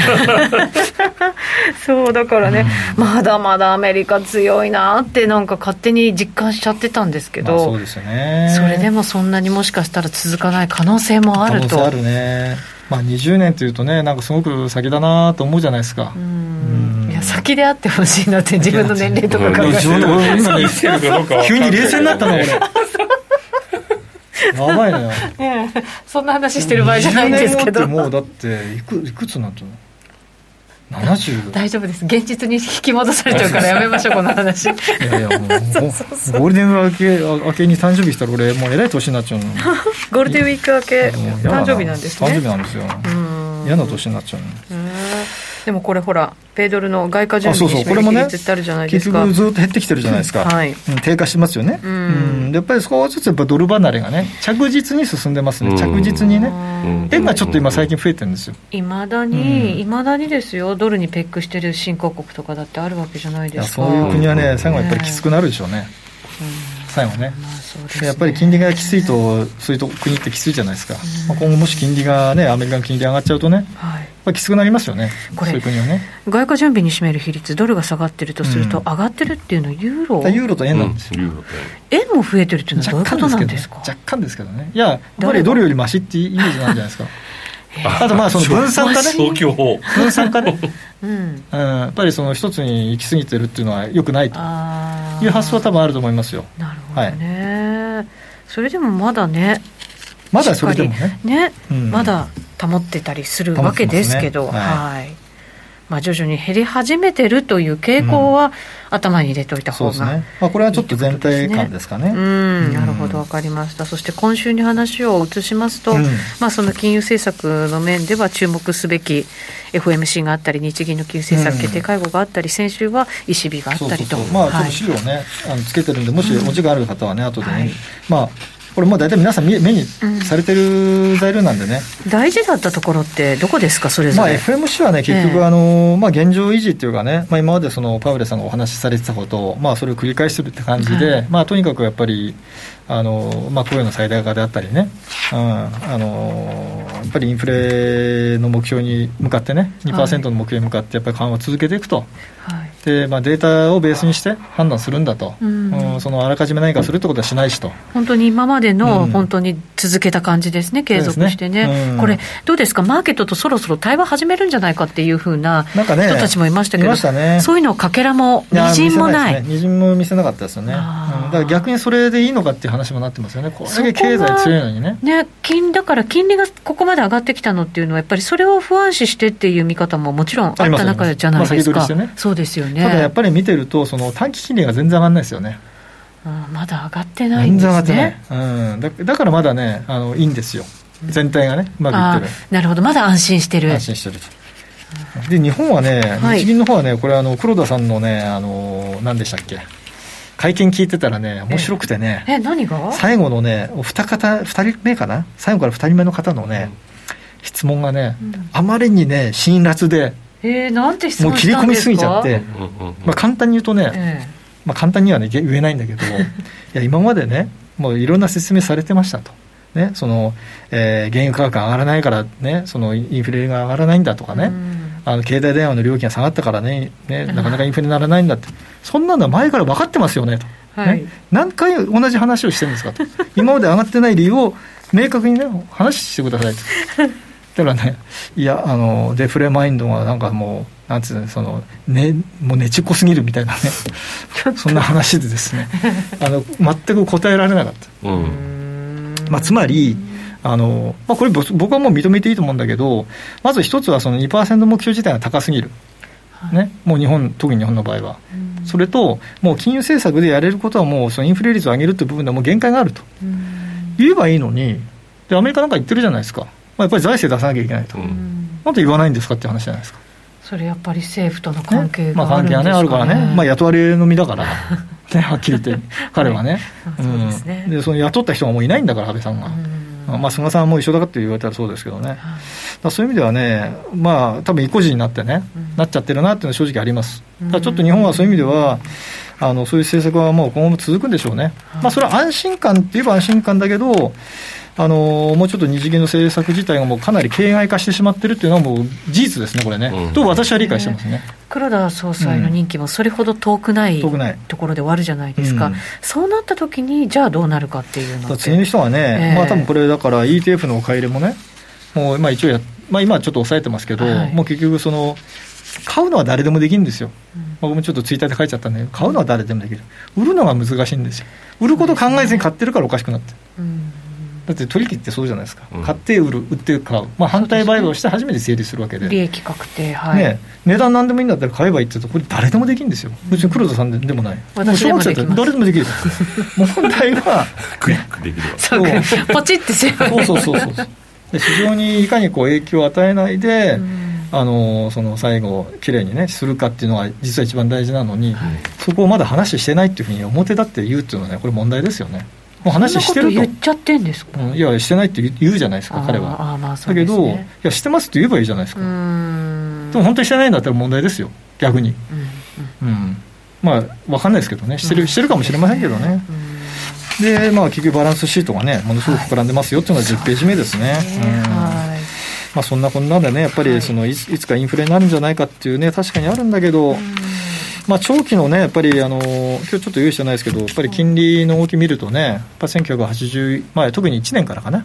そうだからね、うん、まだまだアメリカ強いなってなんか勝手に実感しちゃってたんですけど、 まあ、そうですよね。 それでもそんなにもしかしたら続かない可能性もあると。 可能性あるね。まあ、にじゅうねんというとねなんかすごく先だなと思うじゃないですか。うん、 うん、いや先であってほしいなって自分の年齢とか考えて急に冷静になったの俺やばいのよ、 ね、そんな話してる場合じゃないんですけど、 もうだっていく、いくつになったのななじゅう。 大丈夫です、現実に引き戻されちゃうからやめましょうこの話。いやいやもうそうそうそう、ゴールデンウィーク明け、明けに誕生日したら俺もうえらい年になっちゃうの。 ゴールデンウィーク明け誕生日なんですね。 誕生日なんですよ。嫌な年になっちゃうの。 でもこれほら米ドルの外貨準備に占める比率ってあるじゃないですか。 結局ずっと減ってきてるじゃないですか、はい、うん、低下してますよね、うんうん、やっぱり少しずつやっぱドル離れがね着実に進んでますね、着実にね。円がちょっと今最近増えてるんですよ。 いまだにいま、うん、だにですよ、ドルにペックしてる新興国とかだってあるわけじゃないですか。 そういう国はね最後はやっぱりきつくなるでしょうね、うん、最後ね、まあそうですね。やっぱり金利がきついとそういう国ってきついじゃないですか、まあ、今後もし金利がねアメリカの金利上がっちゃうとね、はい、まあ、きつくなりますよね。これそういう国はね、 外貨準備に占める比率ドルが下がってるとすると、うん、上がってるっていうのはユーロユーロと円なんですよ、うん、 円も増えてるっていうのはどういうことなんですか。 若干ですけどね。いややっぱりドルよりマシっていうイメージなんじゃないですか。 あとまあその分散化ね消去法分散化ね、 うんうん、やっぱりその一つに行き過ぎてるっていうのは良くないという発想は多分あると思いますよ。 なるほどね、はい、それでもまだねまだそれでもねね、 うん、 まだ保ってたりするわけですけど、ね、はい、はいまあ、徐々に減り始めてるという傾向は、うん、頭に入れておいた方がいい、ね、 まあ、これはちょっと全体感ですかね。 うん、うん、なるほど、分かりました。そして今週に話を移しますと、うん、まあ、その金融政策の面では注目すべき エフオーエムシー があったり日銀の金融政策決定会合があったり、うん、先週は イーシービー があったりと、 そうそうそう、まあ、ちょっと資料ね、はい、あのつけてるんで、もしお時間ある方はね、うん、後でね、はい、まあこれもう大体皆さん目にされてる材料なんでね、 うん、大事だったところってどこですか、それぞれ。 まあ、エフオーエムシー はね結局、えーあのまあ、現状維持っていうかね、まあ、今までそのパウエルさんがお話しされてたことを、まあ、それを繰り返してるって感じで、はい、まあ、とにかくやっぱりあの、まあ、雇用の最大化であったりね、うん、あのやっぱりインフレの目標に向かってね にパーセント の目標に向かってやっぱり緩和を続けていくと、はい、でまあ、データをベースにして判断するんだと、うんうん、そのあらかじめ何かするってことはしないしと、 本当に今までの本当に続けた感じですね、うん、継続して ね, ね、うん、これどうですか、マーケットとそろそろ対話始めるんじゃないかっていうふうな人たちもいましたけど、 したね、 そういうのかけらもみじんもない、 みじんも見せなかったですよね、うん、だから逆にそれでいいのかっていう話もなってますよね。これだけ経済強いのに ね, ね金だから金利がここまで上がってきたのっていうのはやっぱりそれを不安視してっていう見方ももちろんあった中じゃないですか、まあね、そうですよね。 ただやっぱり見てるとその短期金利が全然上がらないですよね、 うん、まだ上がってないんですね。全然上がってない、 うん、だ, だからまだねあのいいんですよ、全体がねうまくいってる。 なるほど、まだ安心してる安心してると。で日本はね、はい、日銀の方はねこれあの黒田さんのねあの何でしたっけ会見聞いてたらね面白くてね、 ええ何が最後のねお二方二人目かな最後から二人目の方のね、うん、質問がね、うん、あまりにね辛辣で、 えー、なんて質問したんですか。もう切り込みすぎちゃって、 まあ、簡単に言うとね、えーまあ、簡単には、ね、言えないんだけどいや今までねもういろんな説明されてましたと、ねそのえー、原油価格が上がらないから、ね、そのインフレが上がらないんだとかね、うん、あの携帯電話の料金が下がったからね、ねなかなかインフレにならないんだって、そんなのは前から分かってますよねと、はいね、何回同じ話をしてるんですかと今まで上がってない理由を明確に、ね、話してくださいとだからね、いやあのデフレマインドがなんかもうなんつうのその、ね、もうねちっこすぎるみたいなねそんな話でですねあの全く答えられなかった、うんまあ、つまりあの、まあ、これ僕はもう認めていいと思うんだけど、まず一つはその にパーセント 目標自体が高すぎる、はいね、もう日本特に日本の場合は、それともう金融政策でやれることはもうそのインフレ率を上げるという部分ではもう限界があると言えばいいのに、でアメリカなんか言ってるじゃないですか、まあ、やっぱり財政出さなきゃいけないと、うん、なんで言わないんですかっていう話じゃないですか。 それやっぱり政府との関係があるんですかね、 ねまあ、関係は、ね、あるからね、まあ、雇われの身だからね、はっきり言って彼はね、 はいうん、そうですね。 でその雇った人がもういないんだから安倍さんが、うんまあ、菅さんはもう一緒だかって言われたらそうですけどね、はい、だそういう意味ではね、まあ多分意固地になってね、うん、なっちゃってるなっていうのは正直あります。だからちょっと日本はそういう意味ではあのそういう政策はもう今後も続くんでしょうね、まあ、それは安心感っていえば安心感だけど、あのもうちょっと日銀の政策自体がもうかなり形骸化してしまっているというのはもう事実ですね、これね、うん、と私は理解してますね。 黒田総裁の任期もそれほど遠くない、うん、ところで終わるじゃないですか、うん、そうなった時にじゃあどうなるかっていうのって次の人はね、えーまあ、多分これだから イーティーエフ の買い入れもねもうまあ一応や、まあ、今はちょっと抑えてますけど、はい、もう結局その買うのは誰でもできるんですよ、うん、僕もちょっとツイッターで書いちゃったんだけど買うのは誰でもできる、売るのが難しいんですよ。売ること考えずに買ってるからおかしくなって、うんだって取引ってそうじゃないですか、うん、買って売る売って買う、まあ、反対売買をして初めて成立するわけで、 利益確定、はいね、 値段何でもいいんだったら買えばいいって言うとこれ誰でもできるんですよ、うん、別に黒田さんでもない、 私でもできます、 誰でもできる問題はクイックできるわそうポチってすればそうそうそうそうで市場にいかにこう影響を与えないで、うん、あのその最後きれいにねするかっていうのは実は一番大事なのに、はい、そこをまだ話してないっていうふうに表立って言うっていうのはねこれ問題ですよね。もう話してるとそんなこと言っちゃってんですか、 うん、いやしてないって言うじゃないですか彼は。 あ、まあそうですね、 だけどいやしてますって言えばいいじゃないですか。うーんでも本当にしてないんだったら問題ですよ逆に、うんうんうん、まあ分かんないですけどねしてる、してるかもしれませんけどね、うん、でまあ結局バランスシートがねものすごく膨らんでますよっていうのがじゅっページ目ですね、はいうんはいまあ、そんなこんなでねやっぱりそのいつ、いつかインフレになるんじゃないかっていうね確かにあるんだけど、うんまあ、長期のねやっぱりあの今日ちょっと用意してないですけどやっぱり金利の動き見るとねやっぱせんきゅうひゃくはちじゅう、まあ、特にいちねんからかな、ま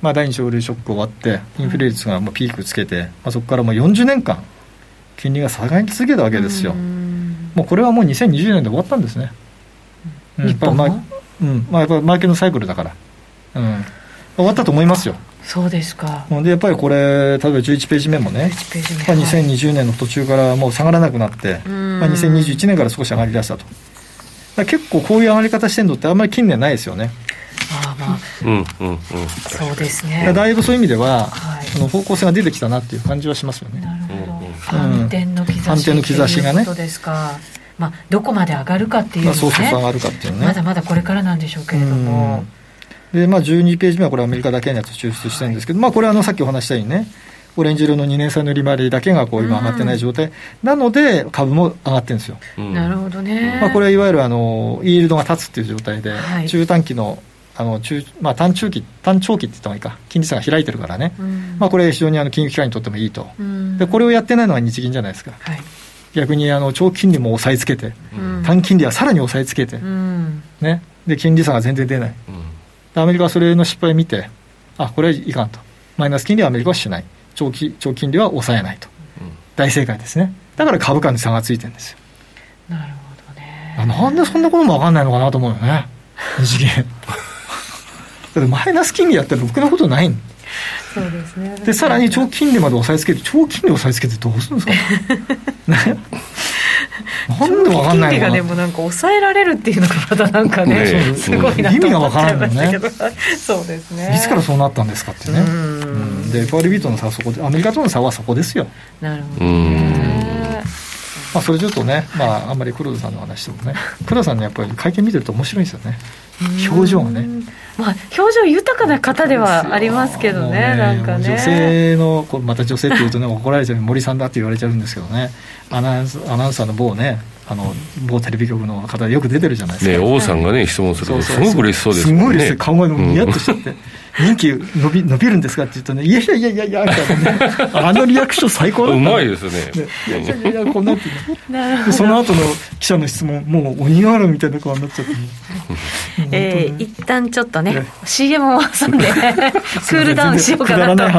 まあ、第二次オイルショック終わってインフレ率がもうピークつけて、まあ、そこからもうよんじゅうねんかん金利が下がり続けたわけですよ。もうこれはもうにせんにじゅうねんで終わったんですね。 うん、日本も、 うんまあ、やっぱマーケットのサイクルだから、うん、終わったと思いますよ。 そうですか。 でやっぱりこれ例えばじゅういちページ目もね、まあ、にせんにじゅうねんの途中からもう下がらなくなって、まあ、にせんにじゅういちねんから少し上がりだしたと。だ結構こういう上がり方してるのってあんまり近年ないですよね。 あまあうんうんうん、 そうですね。 だいぶそういう意味では、はい、その方向性が出てきたなっていう感じはしますよね。 なるほど、反転の兆し、うん、反転の兆しがね、ことですか。まあ、どこまで上がるかっていうのね、まあ、そうそうそう上がるかっていうね、まだまだこれからなんでしょうけれども、 で、まあ、じゅうにページ目はこれアメリカだけのやつ抽出してるんですけど、はいまあ、これはあのさっきお話したようにね、オレンジ色のにねん債の利回りだけがこう今上がってない状態、うん、なので株も上がってるんですよ、 うん、なるほどね、 まあ、これはいわゆるあのイールドが立つっていう状態で、はい、中短期のあの中、まあ、短中期短長期って言った方がいいか、金利差が開いてるからね、うんまあ、これ非常にあの金融機関にとってもいいと、うん、でこれをやってないのは日銀じゃないですか、はい、逆にあの長期金利も抑えつけて、うん、短金利はさらに抑えつけて、うんね、で金利差が全然出ない、うん、でアメリカはそれの失敗を見て、あこれはいかんと、マイナス金利はアメリカはしない、長期長期金利は抑えないと、うん、大正解ですね。だから株価に差がついてるんですよ。 なるほどね。 なんでそんなことも分かんないのかなと思うよね、日銀だってマイナス金利やってろくなことないんそうですね。 でさらに長期金利まで抑えつけて、長期金利抑えつけてどうするんですかねなんで分かんないのかな。長期金利がねもうなんか抑えられるっていうのがまたなんかね、ねすごいなと思っちゃいましたけど、そうですね。 いつからそうなったんですかってね。うんうんでエフアールビー との差はそこで、アメリカとの差はそこですよ。 なるほどね。 まあ、それちょっとね、まあ、あんまり黒田さんの話でもね、黒田さんのやっぱり会見見てると面白いんですよね、表情がね、 まあ、表情豊かな方ではありますけど ね, ねなんかね女性のこうまた女性っていうとね怒られちゃう森さんだって言われちゃうんですけどね、アナウンス、アナウンサーの某ね、あの某テレビ局の方でよく出てるじゃないですか、 ね、王さんがね質問するとすごく嬉しそうですもんね。 すごいですよ、顔がニヤッとしちゃって、うん、任期伸び、伸びるんですかって言うとね、いやいやいやいやいや、ね、あのリアクション最高だった、 うまいですね。 ねいやいやいやこんなって、ね、でその後の記者の質問、もう鬼瓦みたいな顔になっちゃって、ねえー、一旦ちょっとね、ね シーエム を挟んでクールダウンしようかなとはい、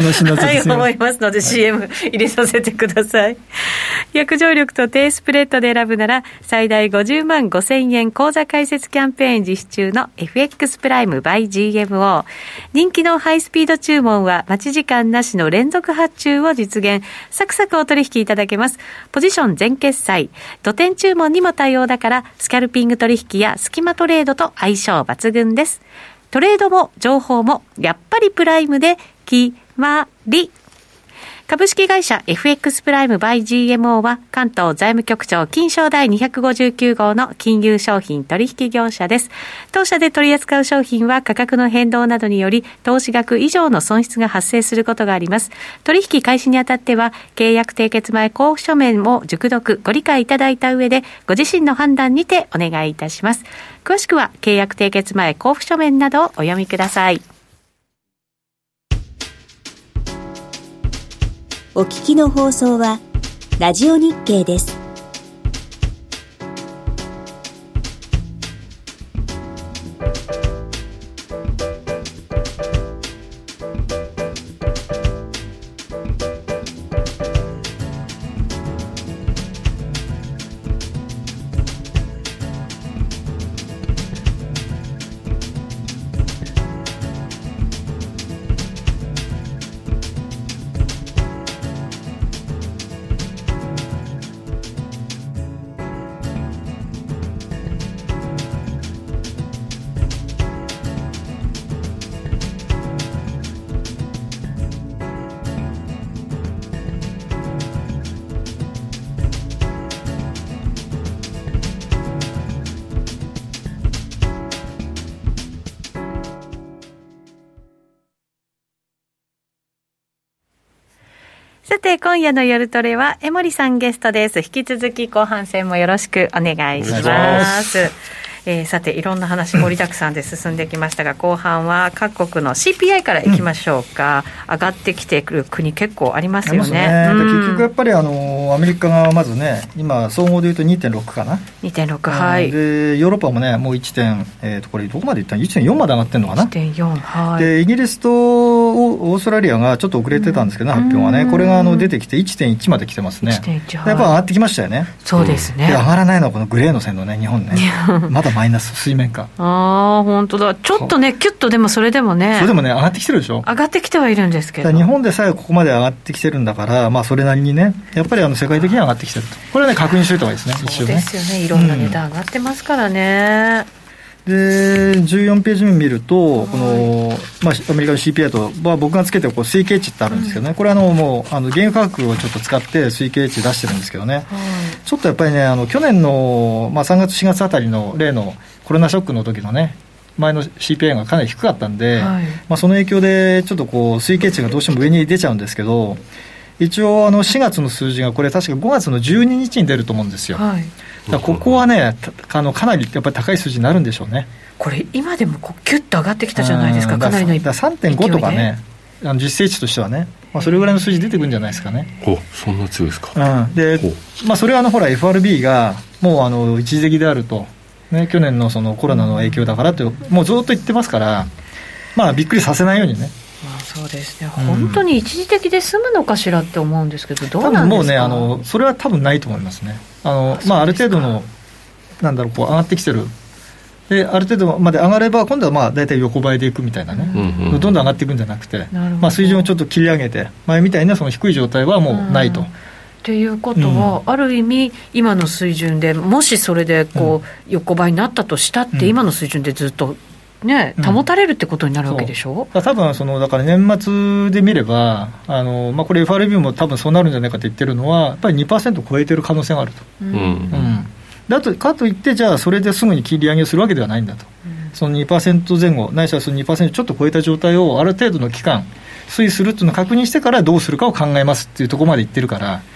思いますので シーエム 入れさせてください。約定力と低スプレッドで選ぶなら最大ごじゅうまんごせんえん口座開設キャンペーン実施中の エフエックス プライム by ジーエムオー。 人気のハイスピード注文は待ち時間なしの連続発注を実現、サクサクお取引いただけます。ポジション全決済、土点注文にも対応だからスキャルピング取引やスキマトレードと相性抜群です。トレードも情報もやっぱりプライムで決まり。株式会社 エフエックス プライム by ジーエムオー は関東財務局長金商第にひゃくごじゅうきゅう号の金融商品取引業者です。当社で取り扱う商品は価格の変動などにより投資額以上の損失が発生することがあります。取引開始にあたっては契約締結前交付書面を熟読ご理解いただいた上でご自身の判断にてお願いいたします。詳しくは契約締結前交付書面などをお読みください。 お聞きの放送はラジオ日経です。 さて今夜の夜トレは江守さんゲストです。引き続き後半戦もよろしくお願いします。えー、さていろんな話盛りだくさんで進んできましたが、後半は各国の シーピーアイ からいきましょうか、うん、上がってきてくる国結構ありますよね。 ね、うん、結局やっぱりあののアメリカがまずね今総合でいうと にてんろく かなにてんろく はい。 でヨーロッパもねもういちてん、えー、とこれどこまでいったの いってんよん まで上がってるのかないってんよん はい。 でイギリスとオーストラリアがちょっと遅れてたんですけど、ね、うん、発表がねこれがあの出てきて いってんいち まで来てますね。 いってんいち、はい、やっぱ上がってきましたよね。 そうですね、 で上がらないのはこのグレーの線のね日本ねまだマイナス水面下。 ああ本当だ。ちょっとねキュッとでもそれでもねそれでもね上がってきてるでしょ。 上がってきてはいるんですけど日本でさえここまで上がってきてるんだから、まあ、それなりにねやっぱりあの世界的に上がってきてるとこれはね確認しておいた方がいいですね。 そうですよね、いろんな値段上がってますからね、 うん、でじゅうよんページ目見るとこの、まあ、アメリカの シーピーアイ と、まあ、僕がつけてるこう推計値ってあるんですけどね、うん、これはあのもうあの原油価格をちょっと使って推計値出してるんですけどね、はい、ちょっとやっぱりねあの去年の、まあ、さんがつしがつあたりの例のコロナショックの時のね前の シーピーアイ がかなり低かったんで、はい、まあ、その影響でちょっとこう推計値がどうしても上に出ちゃうんですけど一応あのしがつの数字がこれ確かごがつのじゅうににちに出ると思うんですよ、はい、だからここはねあのかなりやっぱり高い数字になるんでしょうね。 これ今でもこうキュッと上がってきたじゃないですか。かなりの勢いでさんてんご とかねあの実勢値としてはね、まあ、それぐらいの数字出てくるんじゃないですかね。 おそんな強いですか、 うん、で、まあ、それはあのほら エフアールビー がもうあの一時的であると、ね、去年 の, そのコロナの影響だからともうずっと言ってますから、まあ、びっくりさせないようにね。 まあ、そうですね、うん、本当に一時的で済むのかしらって思うんですけどどうなんですか。多分もうねあのそれは多分ないと思いますね。 あのあ、まあ、ある程度のなんだろうこう上がってきてるである程度まで上がれば今度はまあ大体横ばいでいくみたいなね、うんうん、どんどん上がっていくんじゃなくて、まあ、水準をちょっと切り上げて前みたいなその低い状態はもうないと、うん、 ということは、うん、ある意味今の水準でもしそれでこう、うん、横ばいになったとしたって、うん、今の水準でずっとね、保たれるってことになるわけでしょ、 うん、多分そのだから年末で見ればあの、まあ、これ エフアールビー も多分そうなるんじゃないかと言ってるのはやっぱり にパーセント 超えてる可能性があると、うんうん、だとかといってじゃあそれですぐに切り上げをするわけではないんだと、うん、その にパーセント 前後ないしはその にパーセント ちょっと超えた状態をある程度の期間推移するっていうのを確認してからどうするかを考えますっていうところまで言ってるから、はい、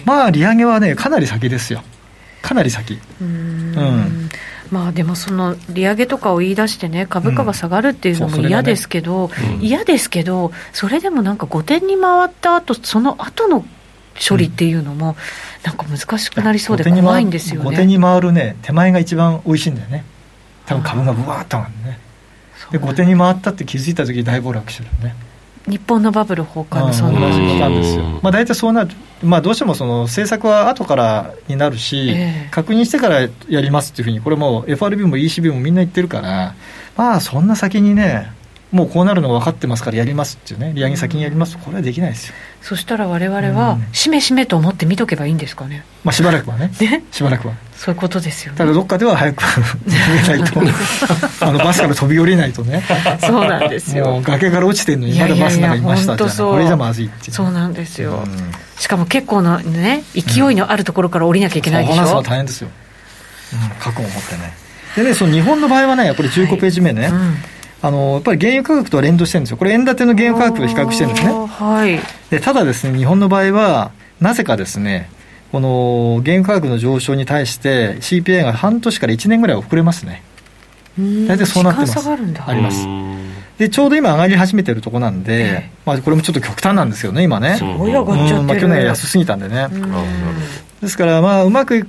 まあ利上げはねかなり先ですよ。かなり先。うーん、うんまあ、でもその利上げとかを言い出してね株価が下がるっていうのも嫌ですけど、うんねうん、嫌ですけどそれでもなんか後手に回った後その後の処理っていうのもなんか難しくなりそうで怖いんですよね。 後手に回るね手前が一番美味しいんだよね。多分株がブワーッと上がるね。で後手に回ったって気づいた時大暴落してるね。 日本のバブル崩壊のそんな時期なんですよ。まあ、大体そうなる、まあ、どうしてもその政策は後からになるし、えー、確認してからやりますっていうふうにこれも エフアールビー も イーシービー もみんな言ってるから、まあ、そんな先にねもうこうなるのが分かってますからやりますっていうね利上げ先にやりますとこれはできないですよ。 そしたら我々は、うん、しめしめと思って見とけばいいんですかね。 まあ、しばらくはねしばらくはそういうことですよね。 ただどっかでは早く逃げないとあのバスから飛び降りないとねそうなんですよ。 もう崖から落ちてるのにまだバスなんかいましたじゃないこれじゃまずいって、ね、 そうなんですよ、うん、しかも結構なね勢いのあるところから降りなきゃいけないでしょ、うん、 そう大変ですよ、うん、覚悟を持ってね。でねその日本の場合はねこれじゅうごページ目ね、はいうん、あのやっぱり原油価格とは連動してるんですよ。これ円建ての原油価格と比較してるんですね、 はい、 でただですね日本の場合はなぜかですねこの原油価格の上昇に対して シーピーアイ が半年からいちねんぐらい遅れますね。大体そうなってます。 時間差があるんだ。 あります。でちょうど今上がり始めてるとこなんで、えーまあ、これもちょっと極端なんですよね今ね。 すごい上がっちゃってる、 うんまあ、去年安すぎたんでね。ですからまあうまくいって、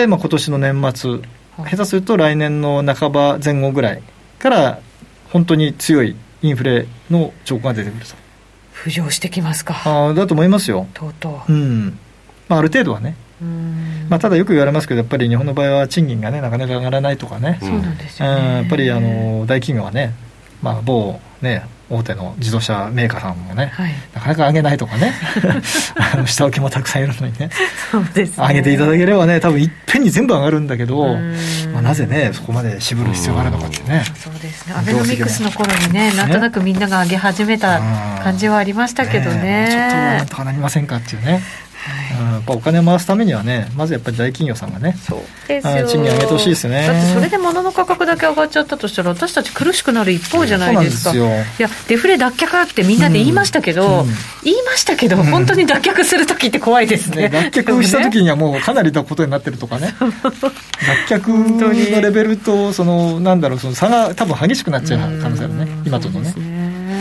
まあ、今年の年末下手すると来年の半ば前後ぐらいから本当に強いインフレの兆候が出てくると浮上してきますか。 あだと思いますよとうとう、 うんまあ、ある程度はね。うんまあ、ただよく言われますけどやっぱり日本の場合は賃金がねなかなか上がらないとかね。 そうなんですよね、 うん、やっぱりあの大企業はね、まあ、某ね大手の自動車メーカーさんもね、はい、なかなか上げないとかねあの下請けもたくさんいるのにねそうですね上げていただければね多分いっぺんに全部上がるんだけど、まあ、なぜねそこまで渋る必要があるのかってね。 そうですねアベノミクスの頃にねなんとなくみんなが上げ始めた感じはありましたけど ね, ねちょっとなんとかなりませんかっていうね。はいうん、やっぱお金を回すためにはねまずやっぱり大企業さんがねそうですよ賃金上げてほしいですね。 だってそれで物の価格だけ上がっちゃったとしたら私たち苦しくなる一方じゃないですか。 そうなんですよ。 いやデフレ脱却ってみんなで言いましたけど、うんうん、言いましたけど、うん、本当に脱却するときって怖いですね、 ね脱却したときにはもうかなりなことになってるとかね脱却のレベルとそのなんだろうその差が多分激しくなっちゃう可能性あるね今とのね。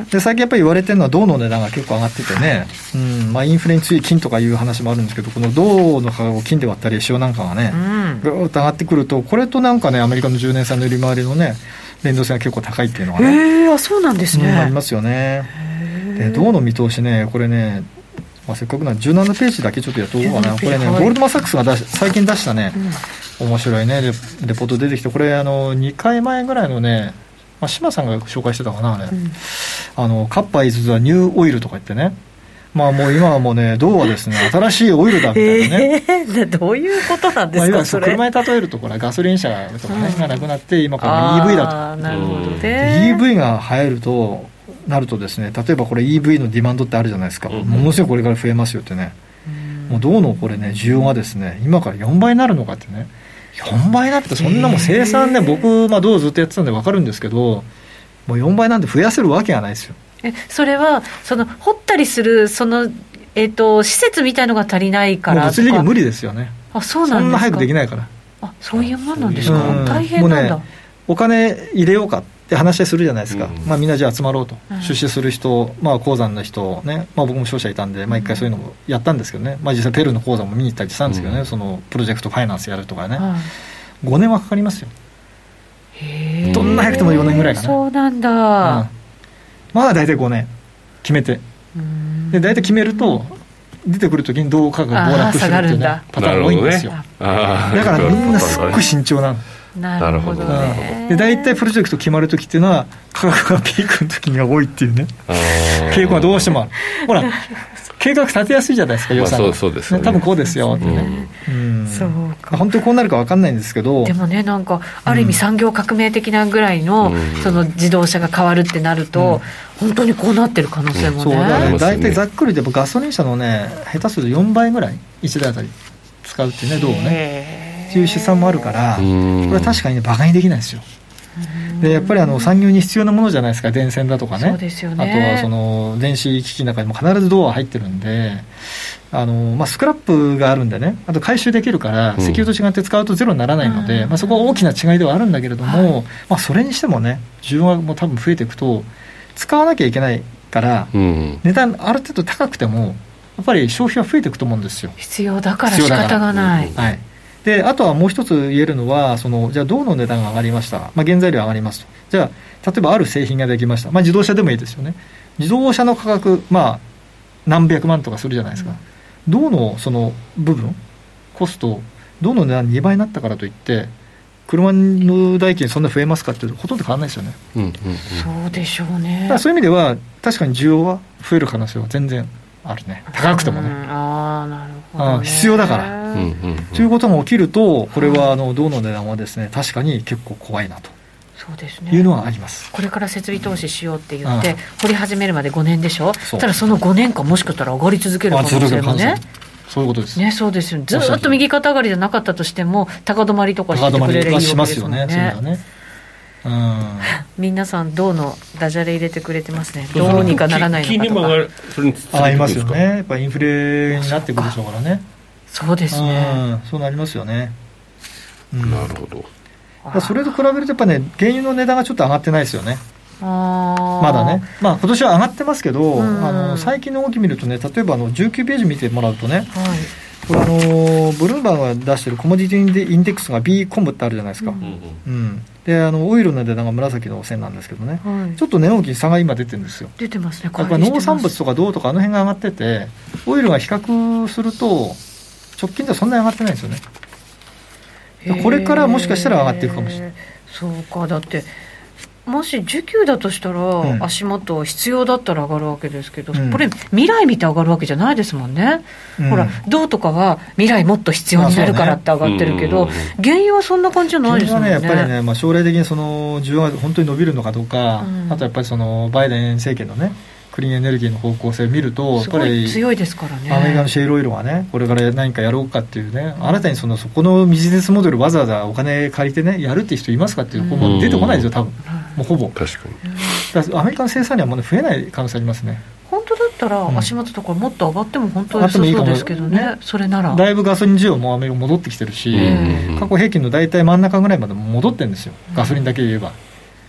で最近やっぱり言われてるのは銅の値段が結構上がっててね、うんまあ、インフレに強い金とかいう話もあるんですけど、この銅の価格を金で割ったり塩なんかがね、ぐーっと上がってくると、これとなんかねアメリカのじゅうねん債の売り回りのね連動性が結構高いっていうのがね、 へー、そうなんですね、 うん、ありますよね。で銅の見通しね、これね、まあ、せっかくならじゅうななページだけちょっとやっとこうかな。これね、はい、ゴールドマンサックスが出し最近出したね、うん、面白いねレ、レポート出てきて、これあのにかいまえぐらいのね、まあ、島さんが紹介してたかな、あれ、うん、あのカッパイズはニューオイルとか言ってね、まあもう今はもうね銅はですね新しいオイルだみたいなね、 えー、どういうことなんですか、まあ、それ車に例えるとこれガソリン車とか、ね、うん、がなくなって今から イーブイ だと。 あ、なるほどね、 イーブイ が流行るとなるとですね、例えばこれ イーブイ のディマンドってあるじゃないですか、うん、ものすごいこれから増えますよってね、うん、もう銅のこれね需要がですね今からよんばいになるのかってね、よんばいになってそんなもん生産ね、僕、まあ、銅ずっとやってたんで分かるんですけど、もうよんばいなんて増やせるわけがないですよ。 えそれはその掘ったりするその、えー、と施設みたいのが足りないからとか、 もう物理的に無理ですよね。 あ、そうなんですか。 そんな早くできないから。 あ、そういうもんなんですか。うん、大変なんだ。 もうね、お金入れようかって話し合いするじゃないですか、うん、まあ、みんなじゃあ集まろうと、うん、出資する人、まあ、鉱山の人、ね、まあ、僕も商社いたんで、まあ、一回そういうのもやったんですけどね、まあ、実際ペルーの鉱山も見に行ったりしたんですけどね、うん、そのプロジェクトファイナンスやるとかね、はい、ごねんはかかりますよ。へ、どんな早くてもよねんぐらいかな。 そうなんだ、うん、 まあ大体ごねん決めて、で大体決めると出てくるときに銅価格が暴落するっていう、ね、パターンが多いんですよ、ね、だからみんなすっごい慎重なの。 なるほどね。 で大体プロジェクト決まるときっていうのは価格がピークのときが多いっていうね傾向がどうしてもある。ほら計画立てやすいじゃないですか、予算が、まあ、そうそうですよね、多分こうですよってね、うんうん、そうか、本当にこうなるか分かんないんですけど、 でもね、なんかある意味産業革命的なぐらいの、うん、その自動車が変わるってなると、うん、本当にこうなってる可能性もね、 そうだね、大体ざっくりでガソリン車のね下手するとよんばいぐらいいちだいあたり使うっていうね、銅をねっていう試算もあるから、これは確かにねバカにできないですよ。でやっぱりあの産業に必要なものじゃないですか、電線だとかね、 そうですよね、 あとはその電子機器の中にも必ず銅は入ってるんで、あの、まあ、スクラップがあるんでね、あと回収できるから石油と違って使うとゼロにならないので、うん、まあ、そこは大きな違いではあるんだけれども、はい、まあ、それにしてもね需要はもう多分増えていくと使わなきゃいけないから、うん、値段ある程度高くてもやっぱり消費は増えていくと思うんですよ。 必要だから仕方がない、 はい。であとはもう一つ言えるのは、そのじゃあ銅の値段が上がりました、まあ、原材料上がりますと、じゃあ例えばある製品ができました、まあ、自動車でもいいですよね。自動車の価格、まあ、何百万とかするじゃないですか、うん、銅のその部分コスト、銅の値段にばいになったからといって車の代金そんな増えますかっていうとほとんど変わらないですよね、うんうんうん、 そうでしょうね。 だからそういう意味では確かに需要は増える可能性は全然あるね、高くてもね、うん、 あ、なるほどね、 必要だから、うんうんうん、ということが起きると、これはあの銅の値段はですね確かに結構怖いなとそうですね、 いうのはあります。 これから設備投資しようって言って、うん、掘り始めるまでごねんでしょ。ただそのごねんかんもしかしたら上がり続ける可能性もね、 そういうことですね。そうですよね。ずっと右肩上がりじゃなかったとしても高止まりとかしてくれるいいわけですもんね。高止まりはしますよね、そういうのはね。うん、皆さん銅のダジャレ入れてくれてますね。どうにかならないのかとか。金利も上がる、 それにありますよね。やっぱりインフレになってくるでしょうからね。 そうですね、 うん、そうなりますよね、 うん、なるほど。 それと比べるとやっぱね原油の値段がちょっと上がってないですよね。あまだね、まあ、今年は上がってますけど、うん、あの最近の動き見るとね、例えばあのじゅうきゅうページ見てもらうとね、はい、これあのブルームバーグが出してるコモディティインデックスが ビー コムってあるじゃないですか、うんうん、であのオイルの値段が紫の線なんですけどね、はい、ちょっと値動きに差が今出てるんですよ。 出てますね。 やっぱ農産物とか銅とかあの辺が上がってて、オイルが比較すると直近ではそんなに上がってないんですよね。これからもしかしたら上がっていくかもしれない。 そうか、だってもし需給だとしたら、うん、足元必要だったら上がるわけですけど、うん、これ未来見て上がるわけじゃないですもんね、うん、ほら銅とかは未来もっと必要になるからって上がってるけど、ね、原油はそんな感じじゃないですもんね。 原油はねやっぱりね、まあ、将来的にその需要が本当に伸びるのかどうか、うん、あとやっぱりそのバイデン政権のねクリーンエネルギーの方向性を見るとやっぱり強いですからね。 アメリカのシェールオイルがねこれから何かやろうかっていうね、うん、新たにそのそこのビジネスモデルわざわざお金借りてねやるっていう人いますかっていう、うん、もう出てこないですよ多分、うん、もうほぼ確かに。 だからアメリカの生産量はもう、ね、増えない可能性ありますね。 本当だったら足元とかもっと上がっても本当に良さそうですけどね、うん、それならだいぶガソリン需要もアメリカ戻ってきてるし、うん、過去平均の大体真ん中ぐらいまで戻ってるんですよ、ガソリンだけで言えば。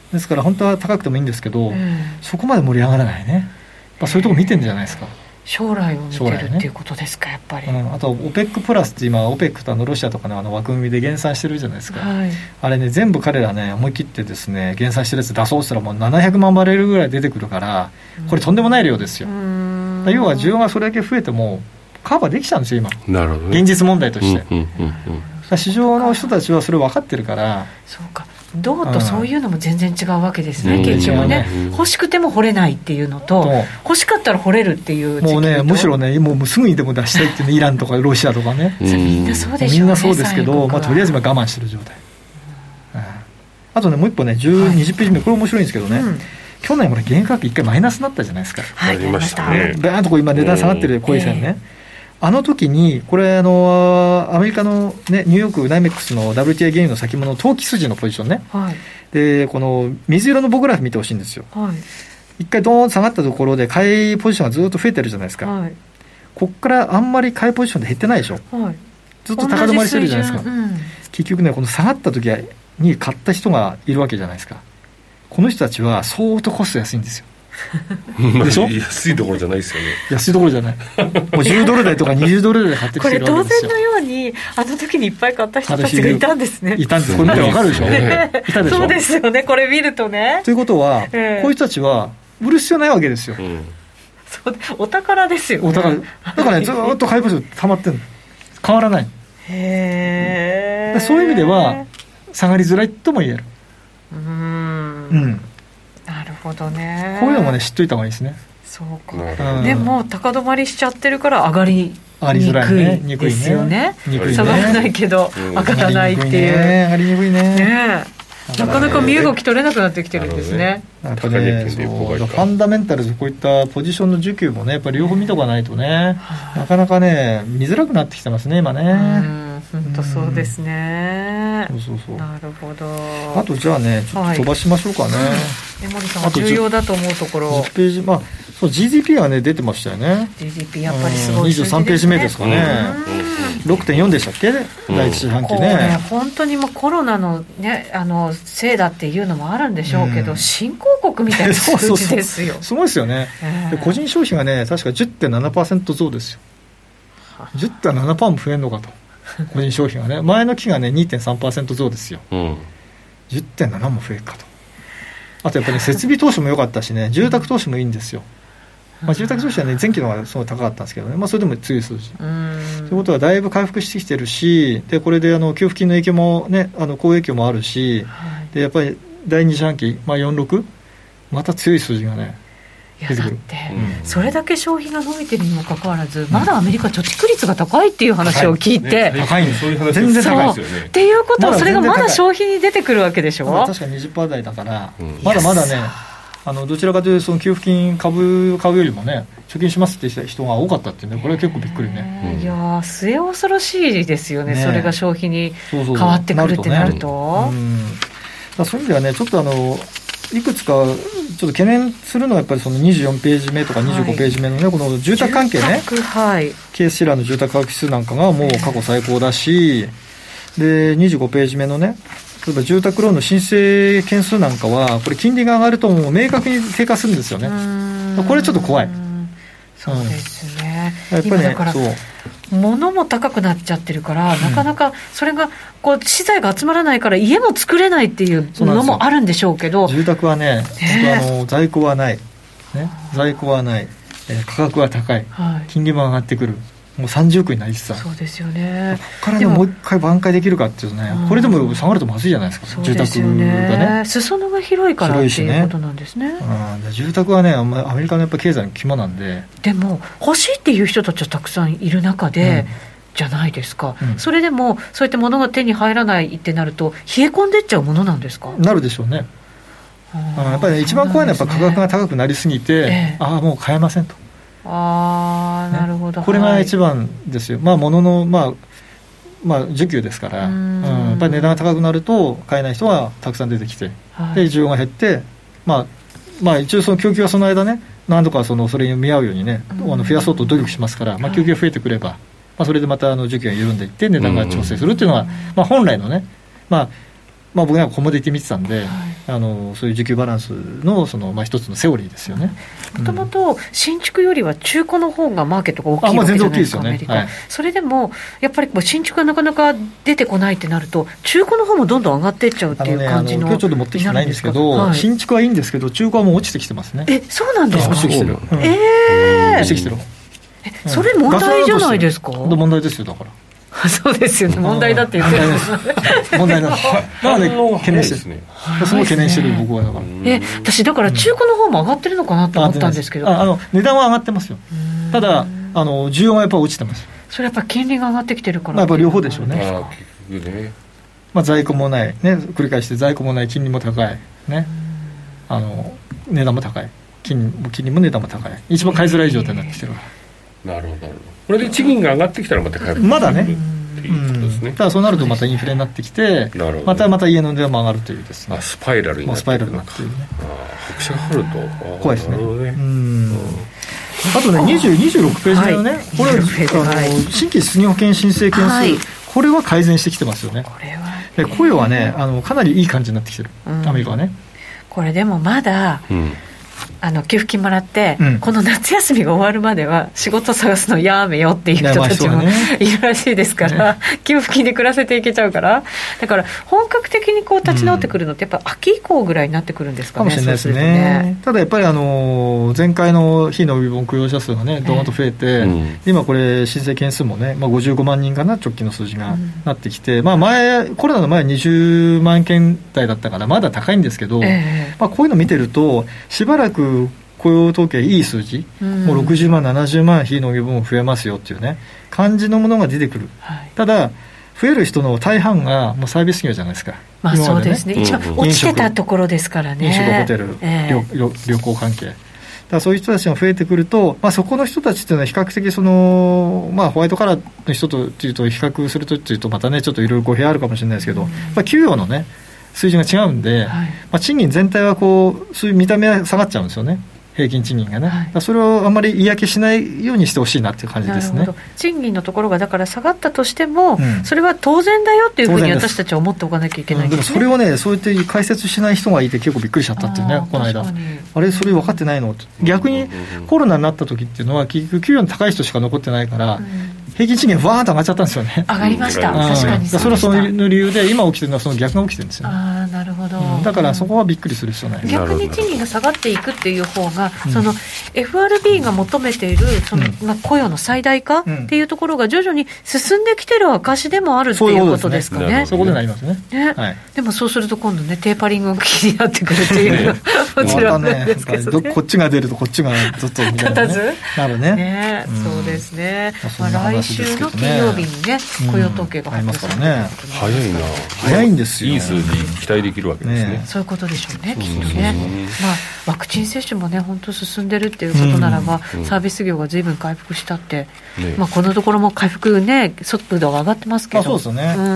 ですから本当は高くてもいいんですけど、うん、そこまで盛り上がらないね。まあ、そういうところ見てるんじゃないですか。 将来を見てるっていうことですか、ね、やっぱり、 うん、あと オペック プラスって今 オペック とあのロシアとかのあの枠組みで減産してるじゃないですか、はい、あれね全部彼らね思い切ってですね減産してるやつ出そうしたらもうななひゃくまんバレルぐらい出てくるから、これとんでもない量ですよ。うん要は需要がそれだけ増えてもカバーできちゃうんですよ今。 なるほど、ね、 現実問題として、 うんうんうんうん、 市場の人たちはそれ分かってるから。 そうか、銅とそういうのも全然違うわけですね、うん、結局ね、うん、欲しくても掘れないっていうのと、うん、欲しかったら掘れるっていうもうねむしろねもうすぐにでも出したいっていうねイランとかロシアとかね、 うん、みんなそうでしょうね。 みんなそうですけど、まあ、とりあえず今我慢してる状態、うんうん、あとねもう一歩ねじゅう、はい、にじゅっページ目これ面白いんですけどね、うん、去年これ原油価格いっかいマイナスになったじゃないですか。 はい、ありましたね。 バーンとこう今値段下がってる濃い線ね、えー、あの時にこれあのアメリカの、ね、ニューヨークナイメックスの ダブリューティーアイ 原油の先物投機筋のポジションね、はい、でこの水色の棒グラフ見てほしいんですよ、はい、一回ドーンと下がったところで買いポジションがずっと増えてるじゃないですか、はい、ここからあんまり買いポジションで減ってないでしょ、はい、ずっと高止まりしてるじゃないですか、うん、結局ねこの下がった時に買った人がいるわけじゃないですか。この人たちは相当コスト安いんですよでしょ安いところじゃないですよね。 安いところじゃないもうじゅうドル台とかにじゅうドル台で買ってきてるわけですよ。 これ当然のようにあの時にいっぱい買った人たちがいたんですね。 いたんです。これ見てわかるでしょ、ね、いたでしょ。 そうですよねこれ見るとね。 ということは、えー、こういう人たちは売る必要ないわけですよ、うん、 そうお宝ですよね。 お宝だからねずっと買いポジション溜まってるの変わらない。 へー。 そういう意味では下がりづらいとも言える。 うーん、うんなるほどね。 こういうのもね知っといた方がいいですね。 そうか、うん、でも高止まりしちゃってるから上がりにくいですよね。下がらないけど上がらないっていう、 上がりにくいね。 ねなかなか身動き取れなくなってきてるんですね。 やっぱねそうファンダメンタルでこういったポジションの需給もねやっぱり両方見とかないとね、うん、なかなかね見づらくなってきてますね今ね。うん本当そうですね、うん、そうそうそうなるほど。 あとじゃあねちょっと飛ばしましょうかね、はい、 江森さんは重要だと思うところじゅっページ、まあ、そう ジーディーピー はね出てましたよね。 ジーディーピー やっぱりすごい数字ですね。にじゅうさんページ目ですかね、うん、ろくてんよん でしたっけ、うん、第一四半期ね。 これ本当にもうコロナの、ね、あのせいだっていうのもあるんでしょうけど、うん、新興国みたいな数字ですよ。 すごいですよね、えー、で個人消費がね確か じゅってんななパーセント 増ですよ。 じゅってんななパーセント も増えるのかと個人消費がね前の期がね にてんさんパーセント 増ですよ、うん、じゅってんなな も増えるかと。あとやっぱり、ね、設備投資も良かったしね住宅投資もいいんですよ、まあ、住宅投資はね前期の方がすごい高かったんですけどね、まあ、それでも強い数字。ということはだいぶ回復してきてるしでこれであの給付金の影響もねあの好影響もあるし、はい、でやっぱりだいに四半期、まあ、よんじゅうろくまた強い数字がねいやだってそれだけ消費が伸びてるにもかかわらずまだアメリカ貯蓄率が高いっていう話を聞いて、 高いね、そういう話全然高いですよね。 っていうことはそれがまだ消費に出てくるわけでしょ。 まあ、確かに にじゅっパーセント 台だから、うん、まだまだねあのどちらかというとその給付金株買うよりもね貯金しますって人が多かったっていうねこれは結構びっくりね。 いや末恐ろしいですよ ね, ねそれが消費に変わってくるってなると、うん、 だそういう意味ではねちょっとあのいくつかちょっと懸念するのはやっぱりそのにじゅうよんページ目とかにじゅうごページ目のね、はい、この住宅関係ねはい、 ケースシラーの住宅価格指数なんかがもう過去最高だし、でにじゅうごページ目のね例えば住宅ローンの申請件数なんかはこれ金利が上がるともう明確に低下するんですよね。これちょっと怖い。 そうですね、 うん、やっぱりね今だから物も高くなっちゃってるから、うん、なかなかそれがこう資材が集まらないから家も作れないっていうのもあるんでしょうけど住宅はね、えー、あの在庫はない、ね、在庫はない、えー、価格は高い、はい、金利も上がってくるもう三重苦になりつつある。 そうですよね。 ここからねもう一回挽回できるかっていうとね、うん、これでも下がるとまずいじゃないですか。 そうですよね、住宅がね裾野が広いからっていうことなんですね。 うん、住宅はねアメリカのやっぱ経済の肝なんで。 でも欲しいっていう人たちはたくさんいる中で、うんじゃないですか、うん、それでもそういったものが手に入らないってなると冷え込んでっちゃうものなんですか。 なるでしょうね。あやっぱり、ね、一番怖いのはやっぱ価格が高くなりすぎて、ええ、ああもう買えませんと。 ああ、ね、なるほど。 これが一番ですよ、はい、まあ物の、まあまあ、需給ですから、うん、やっぱり値段が高くなると買えない人がたくさん出てきて、はい、で需要が減って、まあまあ、一応その供給はその間ね何とかそのそれに見合うようにね、うん、あの増やそうと努力しますから、まあ、供給が増えてくれば、はいまあ、それでまたあの需給が緩んでいって値段が調整するっていうのが、うんまあ、本来のね、まあまあ、僕なんかコモディティ見てたんで、はい、 あのそういう需給バランス の, その、まあ、一つのセオリーですよね。 もともと新築よりは中古の方がマーケットが大きいわけじゃないですか、アメリカ、はい、それでもやっぱりこう新築がなかなか出てこないってなると中古の方もどんどん上がっていっちゃうっていう感じの、 ね、今日ちょっと持ってきてないんですけど、はい、新築はいいんですけど中古はもう落ちてきてますね。 え、そうなんですか。 落ちてきてる、うん、 えー、 落ちてきてる。 え、それ問題じゃないですか。 問題ですよ。だからそうですよね、問題だって言ってる問題なんですだからね懸念してる、ね、すごい懸念してる僕はだからえ私だから中古の方も上がってるのかなと思ったんですけど、 ああの値段は上がってますよ。ただあの需要がやっぱり落ちてます。 それやっぱり金利が上がってきてるから、 まあ、やっぱり両方でしょうね。 あ結局ね、 まあ、在庫もない、ね、繰り返して在庫もない金利も高い、ね、あの値段も高い 金, 金利も値段も高い一番買いづらい状態になってきてる。 なるほどなるほど。これで賃金が上がってきたらまた回復まだね、 っていうことですね。 うん、ただそうなるとまたインフレになってきてまたまた家の値段も上がるというですね。 あスパイラルになってくる。 スパイラルになっていうね。 あ拍車があると怖いですね。 なるほどね。 うん、あとねにじゅう、にじゅうろくページ目のね、はい、これ、はい、あの新規失業保険申請件数、はい、これは改善してきてますよね。これはで雇用はねあのかなりいい感じになってきてる、うん、アメリカはね。これでもまだ、うんあの給付金もらって、うん、この夏休みが終わるまでは仕事探すのやめよっていう人たちも、ね、いるらしいですから、ね、給付金で暮らせていけちゃうからだから本格的にこう立ち直ってくるのってやっぱ秋以降ぐらいになってくるんですかね。 かもしれないです ね, ねただやっぱりあの前回の非農業雇用者数がねどーんと増えて、えー、今これ申請件数もね、まあ、ごじゅうごまんにんかな直近の数字がなってきて、うんまあ、前コロナの前はにじゅうまんけん台だったからまだ高いんですけど、えーまあ、こういうの見てるとしばらく雇用統計いい数字、うん、もうろくじゅうまんななじゅうまん非農業部門増えますよっていうね感じのものが出てくる、はい、ただ増える人の大半がもうサービス業じゃないですか。 まあそうですね、一番落ちてたところですからね。 飲食ホテル、えー、旅, 旅行関係だからそういう人たちが増えてくると、まあ、そこの人たちっていうのは比較的その、まあ、ホワイトカラーの人とっていうと比較するとっていうとまたねちょっといろいろ語弊あるかもしれないですけど、うんまあ、給与のね水準が違うんで、はいまあ、賃金全体はこうそういう見た目は下がっちゃうんですよね。平均賃金がね、はい、それをあんまり嫌気しないようにしてほしいなっていう感じですね。 賃金のところがだから下がったとしても、うん、それは当然だよっていうふうに私たちは思っておかなきゃいけないんですね。 うん、でもそれをねそうやって解説しない人がいて結構びっくりしちゃったっていうね。この間あれそれ分かってないのって逆にコロナになった時っていうのは結局給与の高い人しか残ってないから、うん平均賃金わーっと上がっちゃったんですよね。 上がりました、うん、確かにそれはその理由で今起きてるのはその逆が起きてるんですよね。 あなるほど、 うん、だからそこはびっくりする必要ない。 逆に賃金が下がっていくっていう方が、うん、その エフアールビー が求めているその、うんまあ、雇用の最大化っていうところが徐々に進んできてる証でもあるっていうことですかね。 そこでなりますね。 ね、はい、でもそうすると今度ねテーパリングが気になってくるっていうのはもちろんなんですけど、ね、 こっちが出るとこっちがずっとみたいな、ね、立たずなるね。ね、うん、そうですね、まあ、来週の金曜日にね雇用統計が発表されて、ね、 早いな早いんですよ。 いい数字期待できるわけですね。 ねそういうことでしょうねきっとね。まあワクチン接種もね本当進んでるっていうことならば、うん、サービス業が随分回復したって、ねまあ、このところも回復ね速度が上がってますけど、 あそうですよね、 うんうん、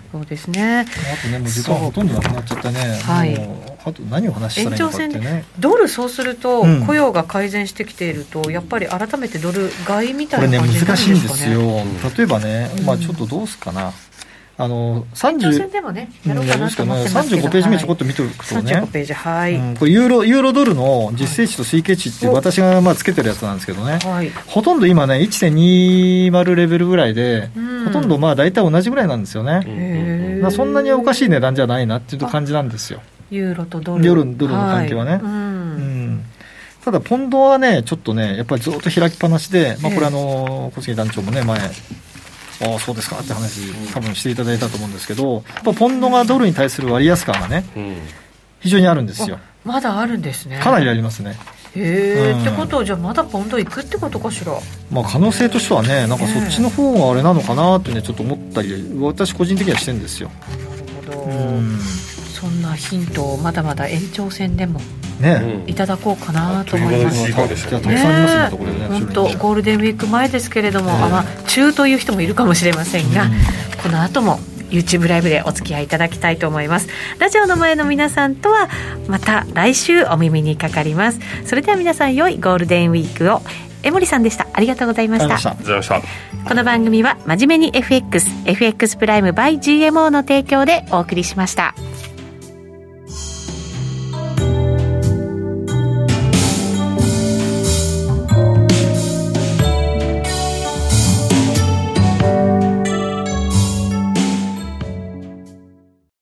そうですね。 あとねもう時間ほとんどなくなっちゃったね。はい、もうあと何を話したらいいのかってね。 ドルそうすると、うん、雇用が改善してきているとやっぱり改めてドル買いみたいな感じになるんですかね。これね難しいんですよ。例えばね、まあ、ちょっとどうすかな、あのさんじゅう延長戦でもねやろうかなと思ってますけど、 さんじゅうごページ目ちょこっと見ておくとね、 さんじゅうごページはい、うん、 これユーロ、ユーロドルの実勢値と推計値っていう私がまあつけてるやつなんですけどね、はい、ほとんど今ね いちてんにじゅう レベルぐらいで、うん、ほとんどまあ大体同じぐらいなんですよね。へそんなにおかしい値段じゃないなっていう感じなんですよ。 ユーロとドルユーロ、ドルの関係はね、はいうんうんただポンドはねちょっとねやっぱりずっと開きっぱなしで、まあ、これあの小杉団長もね前ああそうですかって話多分していただいたと思うんですけど、やっぱポンドがドルに対する割安感がね、うん、非常にあるんですよ。 まだあるんですね。 かなりありますね。 へえ、うん、ってことはじゃあまだポンド行くってことかしら。 まあ可能性としてはねなんかそっちの方があれなのかなってねちょっと思ったり私個人的にはしてるんですよ。 なるほど、うん、そんなヒントをまだまだ延長戦でもね、 いただこうかなと思います。 じゃあたくさんありますねこれね。 本当ゴールデンウィーク前ですけれども、あまあ、中という人もいるかもしれませんが、うん、この後も YouTube ライブでお付き合いいただきたいと思います。ラジオの前の皆さんとはまた来週お耳にかかります。それでは皆さん良いゴールデンウィークを。江森さんでした。ありがとうございました。 ありがとうございました。 この番組は真面目に エフエックス エフエックス プライム by ジーエムオー の提供でお送りしました。